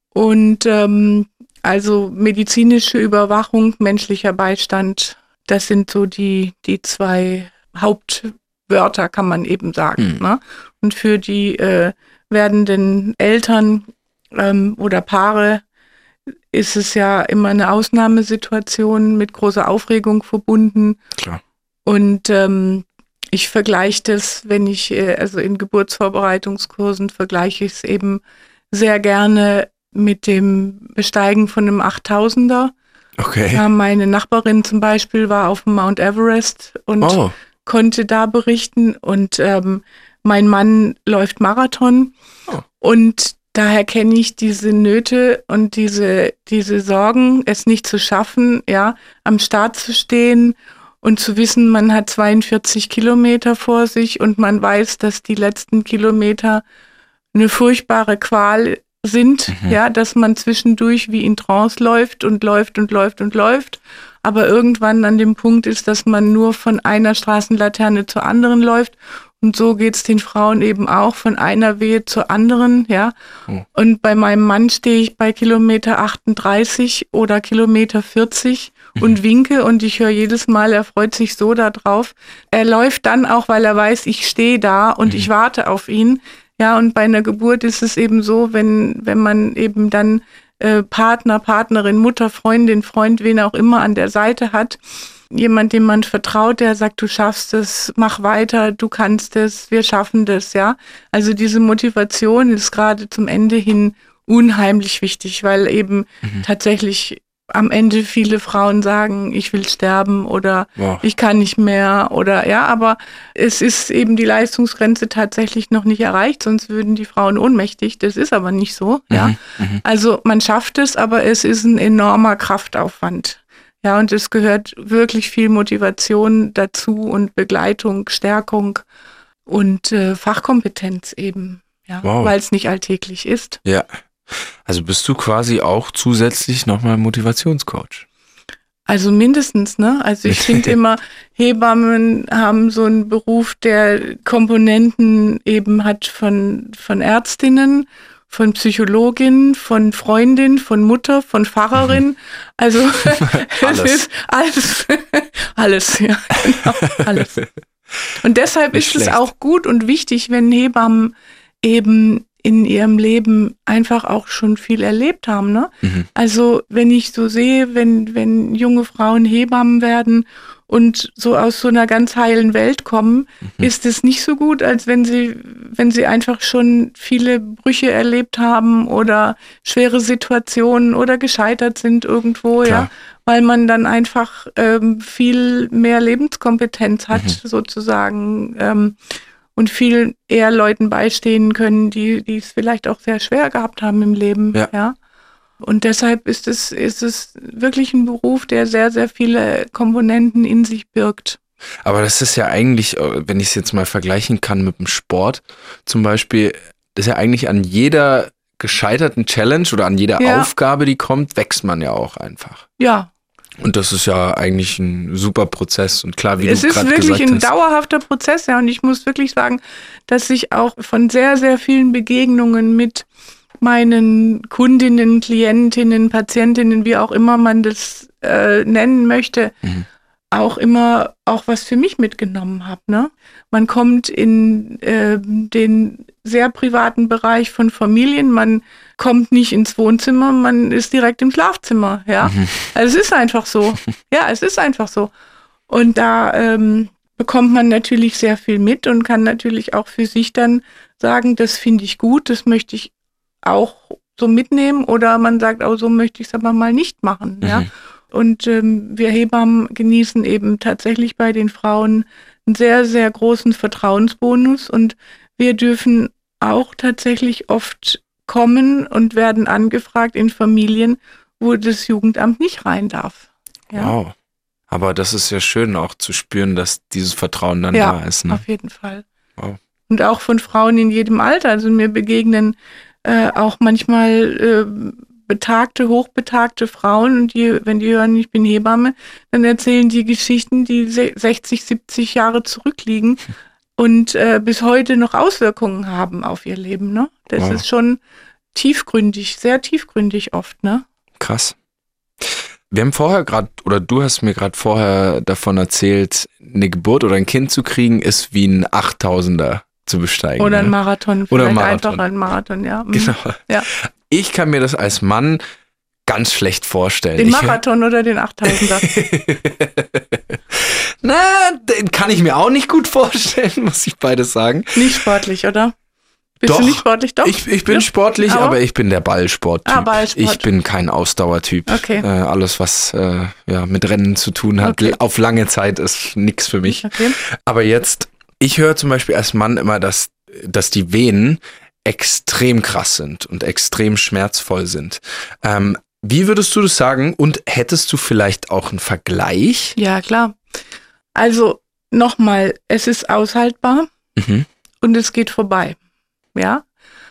Und ähm, also medizinische Überwachung, menschlicher Beistand, das sind so die, die zwei Hauptwörter, kann man eben sagen. Mhm. Ne? Und für die äh, werdenden Eltern ähm, oder Paare ist es ja immer eine Ausnahmesituation mit großer Aufregung verbunden. Klar. Und ähm, ich vergleiche das, wenn ich, äh, also in Geburtsvorbereitungskursen vergleiche ich es eben sehr gerne mit dem Besteigen von einem achttausender. Okay. Ja, meine Nachbarin zum Beispiel war auf dem Mount Everest und oh. konnte da berichten. Und ähm, mein Mann läuft Marathon. Oh. Und daher kenne ich diese Nöte und diese, diese Sorgen, es nicht zu schaffen, ja, am Start zu stehen und zu wissen, man hat zweiundvierzig Kilometer vor sich und man weiß, dass die letzten Kilometer eine furchtbare Qual sind, mhm. ja, dass man zwischendurch wie in Trance läuft und läuft und läuft und läuft, aber irgendwann an dem Punkt ist, dass man nur von einer Straßenlaterne zur anderen läuft. Und so geht's den Frauen eben auch von einer Wehe zur anderen, ja. Oh. Und bei meinem Mann stehe ich bei Kilometer achtunddreißig oder Kilometer vierzig mhm. und winke und ich höre jedes Mal, er freut sich so darauf. Er läuft dann auch, weil er weiß, ich stehe da und mhm. ich warte auf ihn. Ja, und bei einer Geburt ist es eben so, wenn, wenn man eben dann äh, Partner, Partnerin, Mutter, Freundin, Freund, wen auch immer an der Seite hat, jemand, dem man vertraut, der sagt, du schaffst es, mach weiter, du kannst es, wir schaffen das, ja. Also diese Motivation ist gerade zum Ende hin unheimlich wichtig, weil eben mhm. tatsächlich am Ende viele Frauen sagen, ich will sterben oder wow. ich kann nicht mehr oder ja, aber es ist eben die Leistungsgrenze tatsächlich noch nicht erreicht, sonst würden die Frauen ohnmächtig. Das ist aber nicht so, mhm. ja. Mhm. Also man schafft es, aber es ist ein enormer Kraftaufwand. Ja, und es gehört wirklich viel Motivation dazu und Begleitung, Stärkung und äh, Fachkompetenz eben, ja, wow. weil es nicht alltäglich ist. Ja, also bist du quasi auch zusätzlich nochmal Motivationscoach? Also mindestens, ne? Also ich finde immer, Hebammen haben so einen Beruf, der Komponenten eben hat von, von Ärztinnen, von Psychologin, von Freundin, von Mutter, von Pfarrerin. Mhm. Also es ist alles, alles, ja, genau, alles. Und deshalb Nicht ist schlecht. Es auch gut und wichtig, wenn Hebammen eben in ihrem Leben einfach auch schon viel erlebt haben, ne? Mhm. Also wenn ich so sehe, wenn, wenn junge Frauen Hebammen werden und so aus so einer ganz heilen Welt kommen, mhm. ist es nicht so gut, als wenn sie, wenn sie einfach schon viele Brüche erlebt haben oder schwere Situationen oder gescheitert sind irgendwo, Klar. ja, weil man dann einfach ähm, viel mehr Lebenskompetenz hat, mhm. sozusagen, ähm, und viel eher Leuten beistehen können, die, die es vielleicht auch sehr schwer gehabt haben im Leben, ja. ja. Und deshalb ist es, ist es wirklich ein Beruf, der sehr, sehr viele Komponenten in sich birgt. Aber das ist ja eigentlich, wenn ich es jetzt mal vergleichen kann mit dem Sport zum Beispiel, das ist ja eigentlich an jeder gescheiterten Challenge oder an jeder ja. Aufgabe, die kommt, wächst man ja auch einfach. Ja. Und das ist ja eigentlich ein super Prozess. Und klar, wie es du gerade gesagt hast. Es ist wirklich ein hast, dauerhafter Prozess, ja. Und ich muss wirklich sagen, dass ich auch von sehr, sehr vielen Begegnungen mit meinen Kundinnen, Klientinnen, Patientinnen, wie auch immer man das äh, nennen möchte, mhm. auch immer auch was für mich mitgenommen habe. Ne? Man kommt in äh, den sehr privaten Bereich von Familien, man kommt nicht ins Wohnzimmer, man ist direkt im Schlafzimmer. Ja, mhm. Also es ist einfach so. Ja, es ist einfach so. Und da ähm, bekommt man natürlich sehr viel mit und kann natürlich auch für sich dann sagen, das finde ich gut, das möchte ich auch so mitnehmen, oder man sagt, oh, so möchte ich es aber mal nicht machen. Mhm. Ja. Und ähm, wir Hebammen genießen eben tatsächlich bei den Frauen einen sehr, sehr großen Vertrauensbonus. Und wir dürfen auch tatsächlich oft kommen und werden angefragt in Familien, wo das Jugendamt nicht rein darf. Ja. Wow. Aber das ist ja schön auch zu spüren, dass dieses Vertrauen dann ja, da ist. Ne? Auf jeden Fall. Wow. Und auch von Frauen in jedem Alter. Also mir begegnen äh, auch manchmal äh, betagte, hochbetagte Frauen und die, wenn die hören, ich bin Hebamme, dann erzählen die Geschichten, die sechzig, siebzig Jahre zurückliegen und äh, bis heute noch Auswirkungen haben auf ihr Leben. Ne? Das wow. ist schon tiefgründig, sehr tiefgründig oft. Ne? Krass. Wir haben vorher gerade, oder du hast mir gerade vorher davon erzählt, eine Geburt oder ein Kind zu kriegen, ist wie ein Achttausender zu besteigen. Oder ein ne? Marathon, oder vielleicht Marathon. einfach ein Marathon, ja. Mhm. Genau. Ja. Ich kann mir das als Mann ganz schlecht vorstellen. Den ich, Marathon oder den Achttausender? Na, den kann ich mir auch nicht gut vorstellen, muss ich beides sagen. Nicht sportlich, oder? Bist doch, du nicht sportlich? Doch. Ich, ich bin ja. sportlich, aber? aber ich bin der Ballsporttyp. Ah, Ballsport. Ich bin kein Ausdauertyp. Okay. Äh, alles, was äh, ja, mit Rennen zu tun hat, okay. auf lange Zeit ist nichts für mich. Okay. Aber jetzt, ich höre zum Beispiel als Mann immer, dass, dass die Wehen extrem krass sind und extrem schmerzvoll sind. Ähm, wie würdest du das sagen? Und hättest du vielleicht auch einen Vergleich? Ja, klar. Also nochmal, es ist aushaltbar mhm. und es geht vorbei. Ja.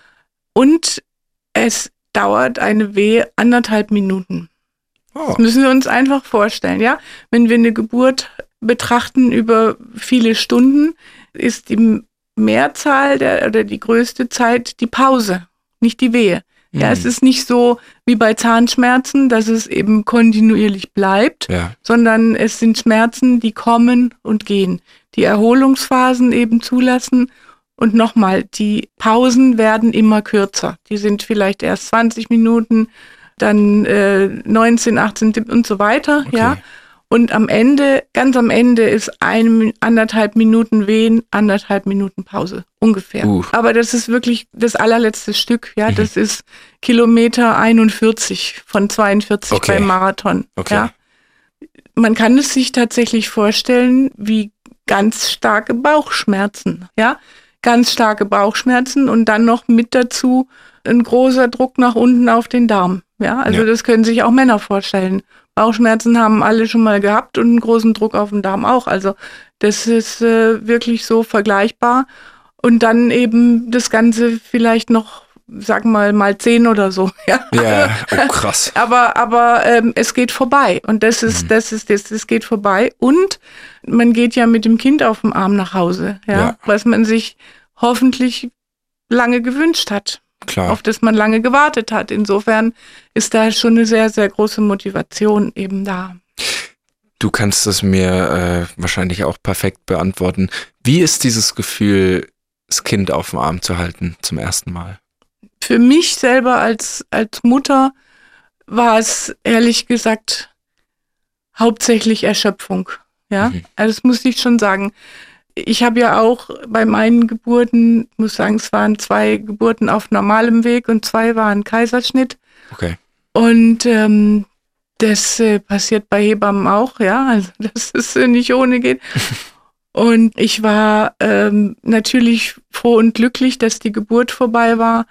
Und es dauert eine Wehe anderthalb Minuten. Oh. Das müssen wir uns einfach vorstellen. Ja. Wenn wir eine Geburt betrachten über viele Stunden, ist die Mehrzahl der, oder die größte Zeit die Pause, nicht die Wehe. Mhm. Ja, es ist nicht so wie bei Zahnschmerzen, dass es eben kontinuierlich bleibt, ja. sondern es sind Schmerzen, die kommen und gehen, die Erholungsphasen eben zulassen. Und nochmal, die Pausen werden immer kürzer. Die sind vielleicht erst zwanzig Minuten, dann äh, neunzehn, achtzehn und so weiter. Okay. Ja. Und am Ende, ganz am Ende ist ein, anderthalb Minuten Wehen, anderthalb Minuten Pause, ungefähr. Uh. Aber das ist wirklich das allerletzte Stück. Ja, mhm. Das ist Kilometer einundvierzig von zweiundvierzig okay. beim Marathon. Okay. Ja. Man kann es sich tatsächlich vorstellen, wie ganz starke Bauchschmerzen. Ja. Ganz starke Bauchschmerzen und dann noch mit dazu ein großer Druck nach unten auf den Darm. Ja, also ja. das können sich auch Männer vorstellen. Bauchschmerzen haben alle schon mal gehabt und einen großen Druck auf den Darm auch. Also das ist äh, wirklich so vergleichbar. Und dann eben das Ganze vielleicht noch, sag mal, mal zehn oder so. Ja, ja oh, krass. aber aber ähm, es geht vorbei und das ist, mhm. das ist das, das geht vorbei. Und man geht ja mit dem Kind auf dem Arm nach Hause, ja, ja. was man sich hoffentlich lange gewünscht hat. Klar. Auf das man lange gewartet hat. Insofern ist da schon eine sehr, sehr große Motivation eben da. Du kannst es mir äh, wahrscheinlich auch perfekt beantworten. Wie ist dieses Gefühl, das Kind auf dem Arm zu halten zum ersten Mal? Für mich selber als, als Mutter war es ehrlich gesagt hauptsächlich Erschöpfung. Ja, mhm. also das muss ich schon sagen. Ich habe ja auch bei meinen Geburten, muss sagen, es waren zwei Geburten auf normalem Weg und zwei waren Kaiserschnitt. Okay. Und ähm, das äh, passiert bei Hebammen auch, ja, also dass es äh, nicht ohne geht. Und ich war ähm, natürlich froh und glücklich, dass die Geburt vorbei war.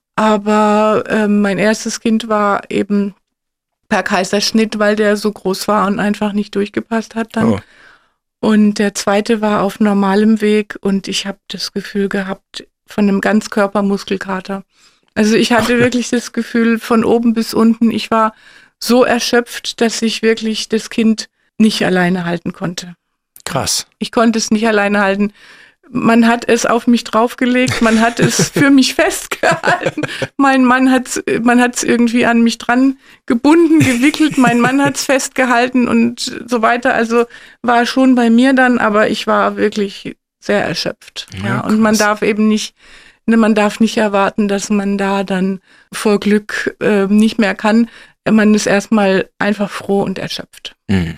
Aber ähm, mein erstes Kind war eben per Kaiserschnitt, weil der so groß war und einfach nicht durchgepasst hat dann. Oh. Und der zweite war auf normalem Weg und ich habe das Gefühl gehabt von einem Ganzkörpermuskelkater. Also ich hatte wirklich das Gefühl von oben bis unten, ich war so erschöpft, dass ich wirklich das Kind nicht alleine halten konnte. Krass. Ich konnte es nicht alleine halten. Man hat es auf mich draufgelegt, man hat es für mich festgehalten. Mein Mann hat man hat es irgendwie an mich dran gebunden, gewickelt. Mein Mann hat es festgehalten und so weiter. Also war schon bei mir dann, aber ich war wirklich sehr erschöpft. Ja, ja, und man darf eben nicht, man darf nicht erwarten, dass man da dann vor Glück äh, nicht mehr kann. Man ist erstmal einfach froh und erschöpft.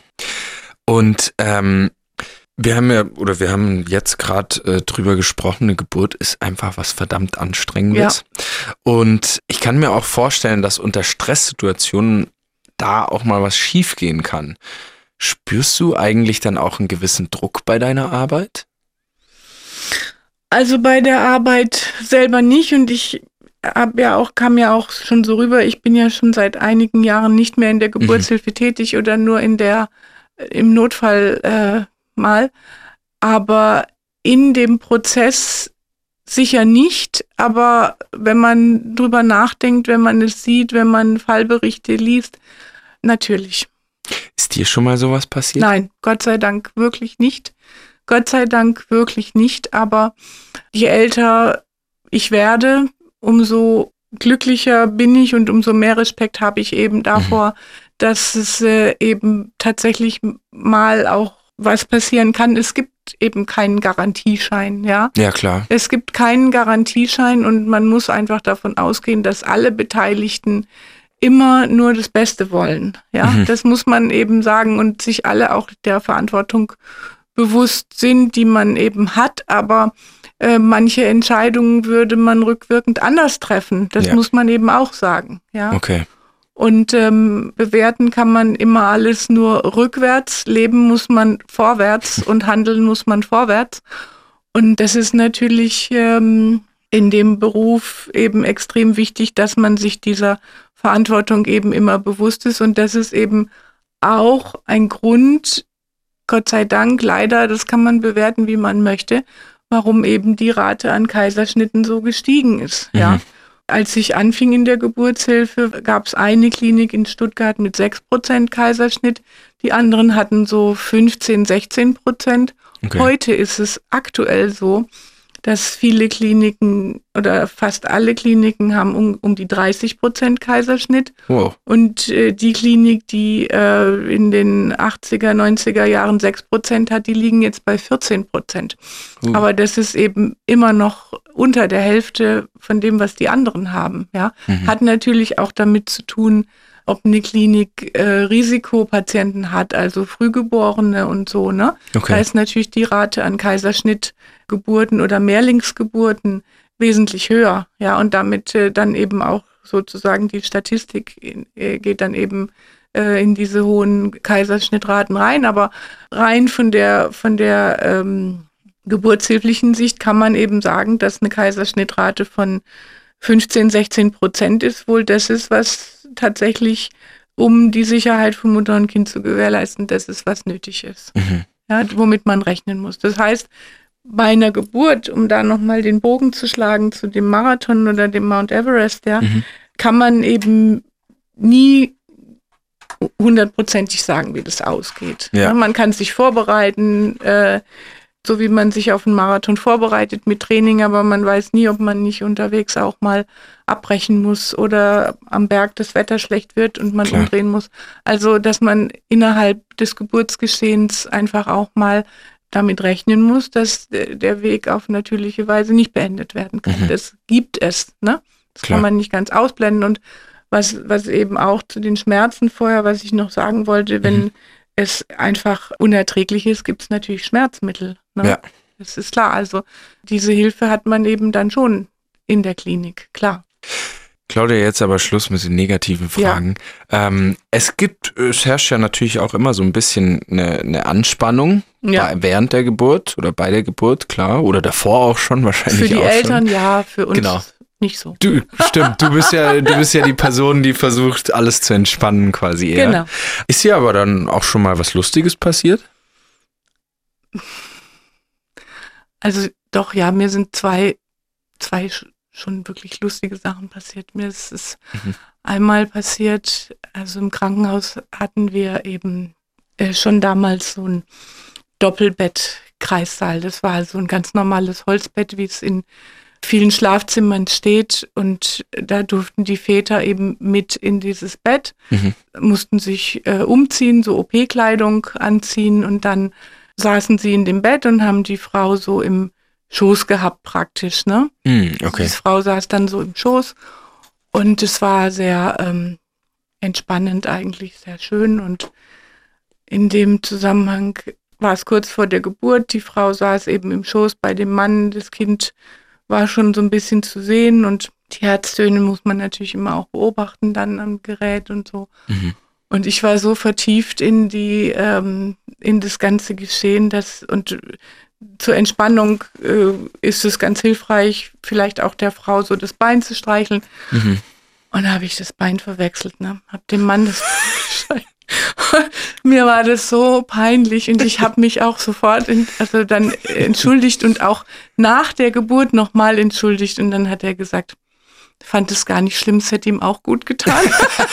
Und ähm wir haben ja, oder wir haben jetzt gerade äh, drüber gesprochen, eine Geburt ist einfach was verdammt Anstrengendes. Ja. Und ich kann mir auch vorstellen, dass unter Stresssituationen da auch mal was schiefgehen kann. Spürst du eigentlich dann auch einen gewissen Druck bei deiner Arbeit? Also bei der Arbeit selber nicht und ich hab ja auch, kam ja auch schon so rüber, ich bin ja schon seit einigen Jahren nicht mehr in der Geburtshilfe mhm. tätig oder nur in der, im Notfall äh, mal. Aber in dem Prozess sicher nicht, aber wenn man drüber nachdenkt, wenn man es sieht, wenn man Fallberichte liest, natürlich. Ist dir schon mal sowas passiert? Nein, Gott sei Dank wirklich nicht. Gott sei Dank wirklich nicht, aber je älter ich werde, umso glücklicher bin ich und umso mehr Respekt habe ich eben davor, mhm. dass es äh, eben tatsächlich mal auch was passieren kann. Es gibt eben keinen Garantieschein, ja. Ja, klar. Es gibt keinen Garantieschein und man muss einfach davon ausgehen, dass alle Beteiligten immer nur das Beste wollen, ja. Mhm. Das muss man eben sagen und sich alle auch der Verantwortung bewusst sind, die man eben hat, aber äh, manche Entscheidungen würde man rückwirkend anders treffen. Das ja. muss man eben auch sagen, ja. Okay. Und ähm, bewerten kann man immer alles nur rückwärts, leben muss man vorwärts und handeln muss man vorwärts. Und das ist natürlich ähm, in dem Beruf eben extrem wichtig, dass man sich dieser Verantwortung eben immer bewusst ist. Und das ist eben auch ein Grund, Gott sei Dank, leider, das kann man bewerten, wie man möchte, warum eben die Rate an Kaiserschnitten so gestiegen ist, mhm. ja. Als ich anfing in der Geburtshilfe, gab es eine Klinik in Stuttgart mit sechs Prozent Kaiserschnitt. Die anderen hatten so fünfzehn, sechzehn Prozent. Okay. Heute ist es aktuell so, dass viele Kliniken oder fast alle Kliniken haben um, um die dreißig Prozent Kaiserschnitt. Wow. Und äh, die Klinik, die äh, in den achtziger, neunziger Jahren sechs Prozent hat, die liegen jetzt bei vierzehn Prozent. Uh. Aber das ist eben immer noch unter der Hälfte von dem, was die anderen haben. Ja? Mhm. Hat natürlich auch damit zu tun, ob eine Klinik äh, Risikopatienten hat, also Frühgeborene und so, ne? Okay. Da ist natürlich die Rate an Kaiserschnittgeburten oder Mehrlingsgeburten wesentlich höher, ja, und damit äh, dann eben auch sozusagen die Statistik in, äh, geht dann eben äh, in diese hohen Kaiserschnittraten rein, aber rein von der von der ähm, geburtshilflichen Sicht kann man eben sagen, dass eine Kaiserschnittrate von fünfzehn, sechzehn Prozent ist wohl das ist, was tatsächlich, um die Sicherheit von Mutter und Kind zu gewährleisten, das ist, was nötig ist, mhm. ja, womit man rechnen muss. Das heißt, bei einer Geburt, um da nochmal den Bogen zu schlagen zu dem Marathon oder dem Mount Everest, ja, mhm. kann man eben nie hundertprozentig sagen, wie das ausgeht. Ja. Ja, man kann sich vorbereiten, äh, so wie man sich auf einen Marathon vorbereitet mit Training, aber man weiß nie, ob man nicht unterwegs auch mal abbrechen muss oder am Berg das Wetter schlecht wird und man Klar. umdrehen muss. Also, dass man innerhalb des Geburtsgeschehens einfach auch mal damit rechnen muss, dass der Weg auf natürliche Weise nicht beendet werden kann. Mhm. Das gibt es, ne? Das Klar. kann man nicht ganz ausblenden. Und was, was eben auch zu den Schmerzen vorher, was ich noch sagen wollte, wenn mhm. es einfach unerträglich ist, gibt es natürlich Schmerzmittel. Ne? Ja. Das ist klar. Also diese Hilfe hat man eben dann schon in der Klinik, klar. Claudia, jetzt aber Schluss mit den negativen Fragen. Ja. Ähm, es gibt, es herrscht ja natürlich auch immer so ein bisschen eine, eine Anspannung ja. bei, während der Geburt oder bei der Geburt, klar, oder davor auch schon wahrscheinlich. Für die auch Eltern schon. Ja, für uns genau. nicht so. Du, stimmt, du bist ja, du bist ja die Person, die versucht, alles zu entspannen quasi eher. Genau. Ist dir aber dann auch schon mal was Lustiges passiert? Also doch, ja, mir sind zwei, zwei schon wirklich lustige Sachen passiert. Mir ist es mhm. einmal passiert, also im Krankenhaus hatten wir eben äh, schon damals so ein Doppelbett-Kreissaal. Das war so ein ganz normales Holzbett, wie es in vielen Schlafzimmern steht, und da durften die Väter eben mit in dieses Bett, mhm. mussten sich äh, umziehen, so O P-Kleidung anziehen, und dann saßen sie in dem Bett und haben die Frau so im Schoß gehabt praktisch, ne? Mm, okay. Die Frau saß dann so im Schoß, und es war sehr ähm, entspannend eigentlich, sehr schön, und in dem Zusammenhang war es kurz vor der Geburt, die Frau saß eben im Schoß bei dem Mann, das Kind war schon so ein bisschen zu sehen, und die Herztöne muss man natürlich immer auch beobachten dann am Gerät und so. Mhm. Und ich war so vertieft in die, ähm, in das ganze Geschehen, dass, und zur Entspannung äh, ist es ganz hilfreich, vielleicht auch der Frau so das Bein zu streicheln. Mhm. Und da habe ich das Bein verwechselt, ne? Hab dem Mann das Bein Mir war das so peinlich und ich habe mich auch sofort in, also dann entschuldigt und auch nach der Geburt nochmal entschuldigt. Und dann hat er gesagt, fand es gar nicht schlimm, es hätte ihm auch gut getan.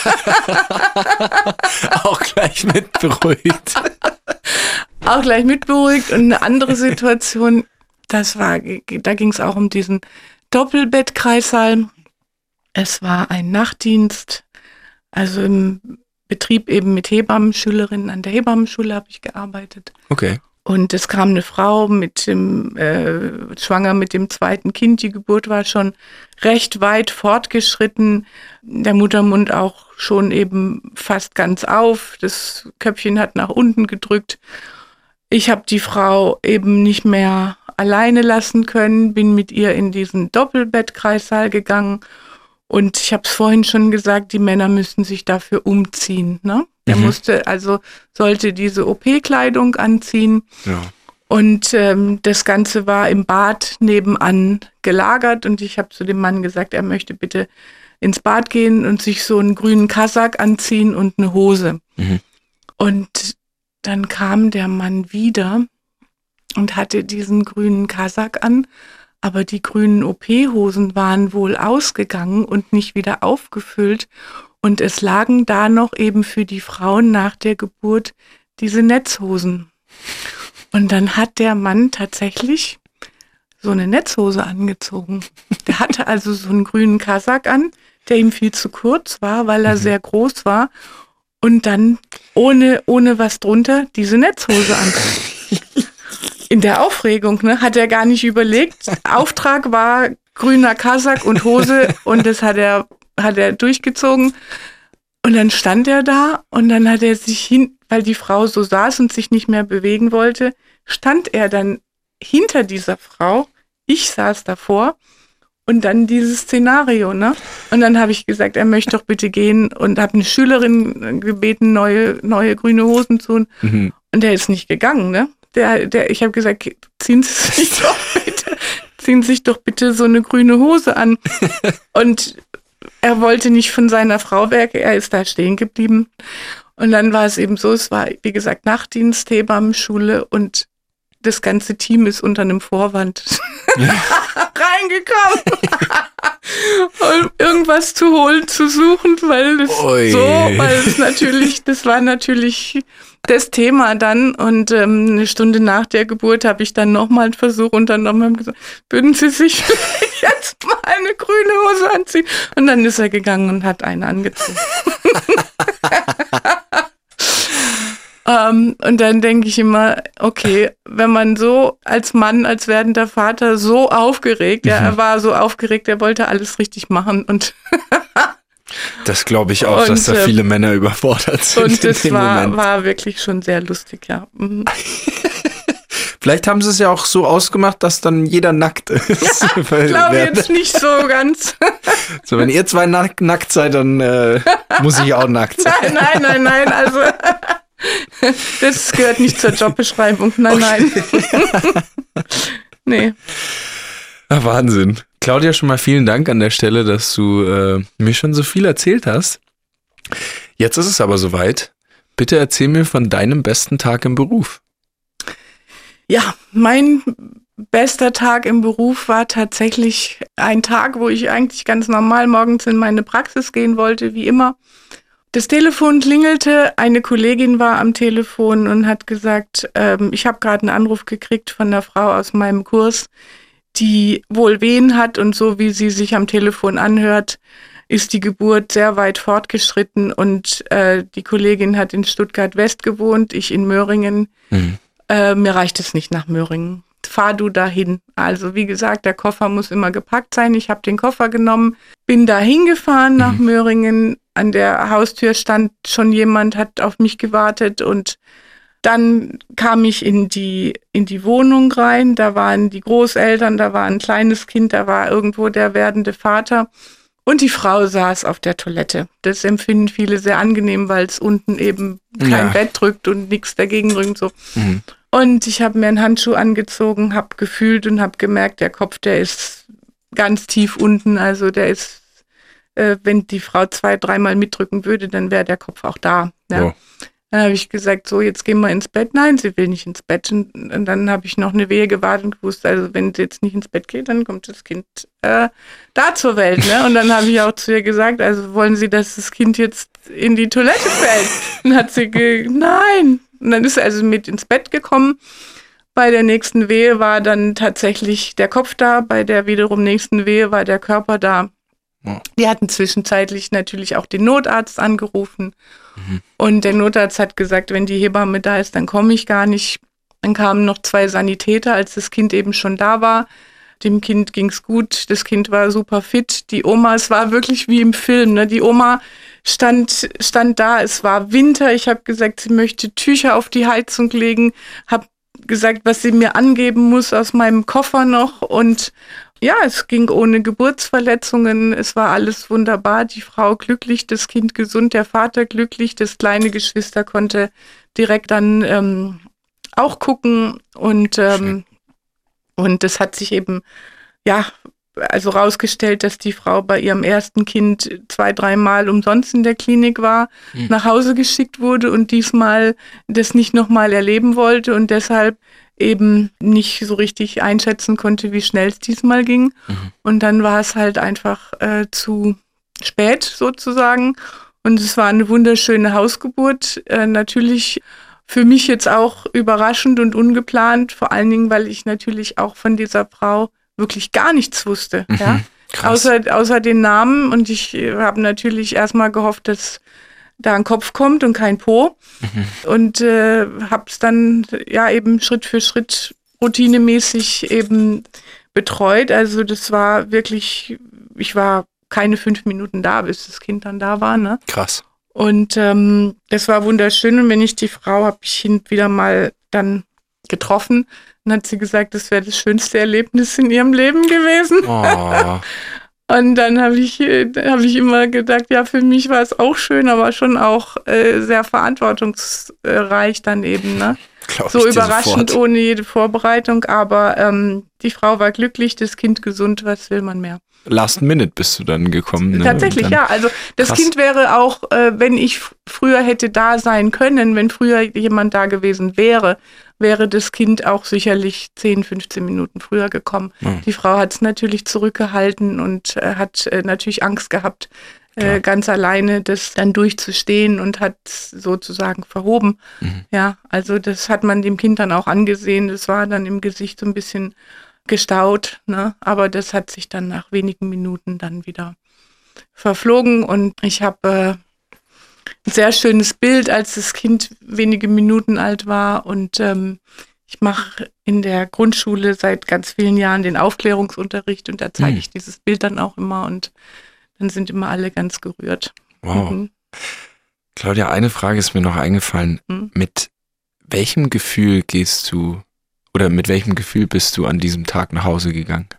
Auch gleich mitberuhigt. Auch gleich mitberuhigt. Und eine andere Situation, das war, da ging es auch um diesen Doppelbettkreissaal. Es war ein Nachtdienst, also im Betrieb eben mit Hebammenschülerinnen. An der Hebammenschule habe ich gearbeitet. Okay. Und es kam eine Frau mit dem, äh, schwanger mit dem zweiten Kind. Die Geburt war schon recht weit fortgeschritten. Der Muttermund auch schon eben fast ganz auf. Das Köpfchen hat nach unten gedrückt. Ich habe die Frau eben nicht mehr alleine lassen können, bin mit ihr in diesen Doppelbettkreissaal gegangen. Und ich habe es vorhin schon gesagt, die Männer müssten sich dafür umziehen, ne? Er mhm. musste, also sollte diese O P-Kleidung anziehen. Ja. Und ähm, das Ganze war im Bad nebenan gelagert. Und ich habe zu dem Mann gesagt, er möchte bitte ins Bad gehen und sich so einen grünen Kasak anziehen und eine Hose. Mhm. Und dann kam der Mann wieder und hatte diesen grünen Kasak an. Aber die grünen O P-Hosen waren wohl ausgegangen und nicht wieder aufgefüllt. Und es lagen da noch eben für die Frauen nach der Geburt diese Netzhosen. Und dann hat der Mann tatsächlich so eine Netzhose angezogen. Der hatte also so einen grünen Kasak an, der ihm viel zu kurz war, weil er mhm. sehr groß war. Und dann ohne, ohne was drunter diese Netzhose an. In der Aufregung, ne, hat er gar nicht überlegt. Auftrag war grüner Kasak und Hose und das hat er, hat er durchgezogen. Und dann stand er da und dann hat er sich hin, weil die Frau so saß und sich nicht mehr bewegen wollte, stand er dann hinter dieser Frau. Ich saß davor und dann dieses Szenario, ne? Und dann habe ich gesagt, er möchte doch bitte gehen und habe eine Schülerin gebeten, neue, neue grüne Hosen zu tun. Mhm. Und der ist nicht gegangen, ne? Der, der, ich habe gesagt, ziehen Sie sich doch bitte, ziehen Sie sich doch bitte so eine grüne Hose an. Und er wollte nicht von seiner Frau weg, er ist da stehen geblieben. Und dann war es eben so, es war, wie gesagt, Nachtdienst, Hebammenschule und das ganze Team ist unter einem Vorwand reingekommen, um irgendwas zu holen, zu suchen, weil es Oi. so, weil es natürlich, das war natürlich das Thema dann. Und ähm, eine Stunde nach der Geburt habe ich dann nochmal einen Versuch unternommen und gesagt, würden Sie sich jetzt mal eine grüne Hose anziehen? Und dann ist er gegangen und hat eine angezogen. Um, und dann denke ich immer, okay, wenn man so als Mann, als werdender Vater so aufgeregt, mhm. ja, er war so aufgeregt, er wollte alles richtig machen und das glaube ich auch, und, dass da viele Männer überfordert sind. Und das war, war wirklich schon sehr lustig, ja. Mhm. Vielleicht haben sie es ja auch so ausgemacht, dass dann jeder nackt ist. Ja, ich glaube jetzt nicht so ganz. So, wenn ihr zwei nack- nackt seid, dann äh, muss ich auch nackt sein. Nein, nein, nein, nein, also das gehört nicht zur Jobbeschreibung. Nein, okay. nein. Nee. Ach, Wahnsinn. Claudia, schon mal vielen Dank an der Stelle, dass du äh, mir schon so viel erzählt hast. Jetzt ist es aber soweit. Bitte erzähl mir von deinem besten Tag im Beruf. Ja, mein bester Tag im Beruf war tatsächlich ein Tag, wo ich eigentlich ganz normal morgens in meine Praxis gehen wollte, wie immer. Das Telefon klingelte, eine Kollegin war am Telefon und hat gesagt, ähm, ich habe gerade einen Anruf gekriegt von einer Frau aus meinem Kurs, die wohl Wehen hat und so wie sie sich am Telefon anhört, ist die Geburt sehr weit fortgeschritten und äh, die Kollegin hat in Stuttgart-West gewohnt, ich in Möhringen. Mhm. Äh, mir reicht es nicht nach Möhringen. Fahr du dahin. Also wie gesagt, der Koffer muss immer gepackt sein. Ich habe den Koffer genommen, bin da hingefahren nach mhm. Möhringen. An der Haustür stand schon jemand, hat auf mich gewartet und dann kam ich in die, in die Wohnung rein. Da waren die Großeltern, da war ein kleines Kind, da war irgendwo der werdende Vater. Und die Frau saß auf der Toilette. Das empfinden viele sehr angenehm, weil es unten eben kein ja. Bett drückt und nichts dagegen drückt. So. Mhm. Und ich habe mir einen Handschuh angezogen, habe gefühlt und habe gemerkt, der Kopf, der ist ganz tief unten. Also der ist, äh, wenn die Frau zwei, dreimal mitdrücken würde, dann wäre der Kopf auch da. Ja. Oh. Dann habe ich gesagt, so, jetzt gehen wir ins Bett. Nein, sie will nicht ins Bett. Und, und dann habe ich noch eine Wehe gewartet und gewusst, also wenn sie jetzt nicht ins Bett geht, dann kommt das Kind äh, da zur Welt. Ne? Und dann habe ich auch zu ihr gesagt, also wollen Sie, dass das Kind jetzt in die Toilette fällt? Und hat sie gesagt, nein. Und dann ist sie also mit ins Bett gekommen. Bei der nächsten Wehe war dann tatsächlich der Kopf da. Bei der wiederum nächsten Wehe war der Körper da. Ja. Die hatten zwischenzeitlich natürlich auch den Notarzt angerufen. Mhm. Und der Notarzt hat gesagt, wenn die Hebamme da ist, dann komme ich gar nicht. Dann kamen noch zwei Sanitäter, als das Kind eben schon da war. Dem Kind ging's gut, das Kind war super fit. Die Oma, es war wirklich wie im Film, ne? Die Oma stand, stand da, es war Winter. Ich habe gesagt, sie möchte Tücher auf die Heizung legen, habe gesagt, was sie mir angeben muss aus meinem Koffer noch. Und ja, es ging ohne Geburtsverletzungen, es war alles wunderbar, die Frau glücklich, das Kind gesund, der Vater glücklich, das kleine Geschwister konnte direkt dann ähm, auch gucken und, ähm, und das hat sich eben, ja, also rausgestellt, dass die Frau bei ihrem ersten Kind zwei, dreimal umsonst in der Klinik war, mhm. nach Hause geschickt wurde und diesmal das nicht nochmal erleben wollte und deshalb eben nicht so richtig einschätzen konnte, wie schnell es diesmal ging. Mhm. Und dann war es halt einfach äh, zu spät sozusagen. Und es war eine wunderschöne Hausgeburt. Äh, natürlich für mich jetzt auch überraschend und ungeplant, vor allen Dingen, weil ich natürlich auch von dieser Frau wirklich gar nichts wusste. Mhm. Ja? Außer, außer den Namen. Und ich habe natürlich erstmal gehofft, dass da ein Kopf kommt und kein Po. Mhm. Und äh, habe es dann ja eben Schritt für Schritt routinemäßig eben betreut. Also das war wirklich, ich war keine fünf Minuten da, bis das Kind dann da war. Ne? Krass. Und ähm, das war wunderschön. Und wenn ich die Frau habe ich hin wieder mal dann getroffen, dann hat sie gesagt, das wäre das schönste Erlebnis in ihrem Leben gewesen. Oh. Und dann habe ich, hab ich immer gedacht, ja, für mich war es auch schön, aber schon auch äh, sehr verantwortungsreich dann eben. Ne? So überraschend, ohne jede Vorbereitung. Aber ähm, die Frau war glücklich, das Kind gesund, was will man mehr? Last Minute bist du dann gekommen. Ne? Tatsächlich, ja. Also das krass. Kind wäre auch, äh, wenn ich f- früher hätte da sein können, wenn früher jemand da gewesen wäre, wäre das Kind auch sicherlich zehn, fünfzehn Minuten früher gekommen. Mhm. Die Frau hat es natürlich zurückgehalten und äh, hat äh, natürlich Angst gehabt, äh, ganz alleine das dann durchzustehen und hat sozusagen verhoben. Mhm. Ja, also das hat man dem Kind dann auch angesehen. Das war dann im Gesicht so ein bisschen gestaut, ne? Aber das hat sich dann nach wenigen Minuten dann wieder verflogen und ich habe äh, ein sehr schönes Bild, als das Kind wenige Minuten alt war und ähm, ich mache in der Grundschule seit ganz vielen Jahren den Aufklärungsunterricht und da zeige hm. ich dieses Bild dann auch immer und dann sind immer alle ganz gerührt. Wow. Mhm. Claudia, eine Frage ist mir noch eingefallen. Mhm. Mit welchem Gefühl gehst du oder mit welchem Gefühl bist du an diesem Tag nach Hause gegangen?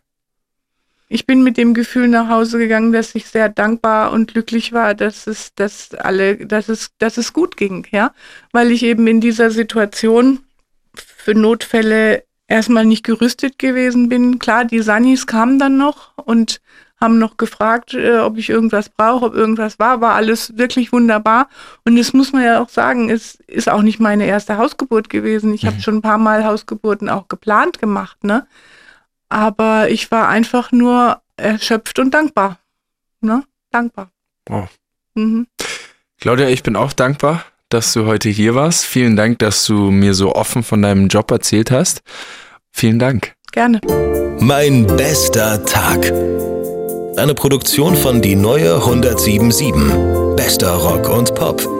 Ich bin mit dem Gefühl nach Hause gegangen, dass ich sehr dankbar und glücklich war, dass es, dass alle, dass es, dass es gut ging, ja, weil ich eben in dieser Situation für Notfälle erstmal nicht gerüstet gewesen bin. Klar, die Sannis kamen dann noch und haben noch gefragt, äh, ob ich irgendwas brauche, ob irgendwas war, war alles wirklich wunderbar. Und das muss man ja auch sagen, es ist auch nicht meine erste Hausgeburt gewesen. Ich mhm. habe schon ein paar Mal Hausgeburten auch geplant gemacht, ne? Aber ich war einfach nur erschöpft und dankbar. Ne? Dankbar. Wow. Mhm. Claudia, ich bin auch dankbar, dass du heute hier warst. Vielen Dank, dass du mir so offen von deinem Job erzählt hast. Vielen Dank. Gerne. Mein bester Tag. Eine Produktion von Die Neue hundertsieben Komma sieben. Bester Rock und Pop.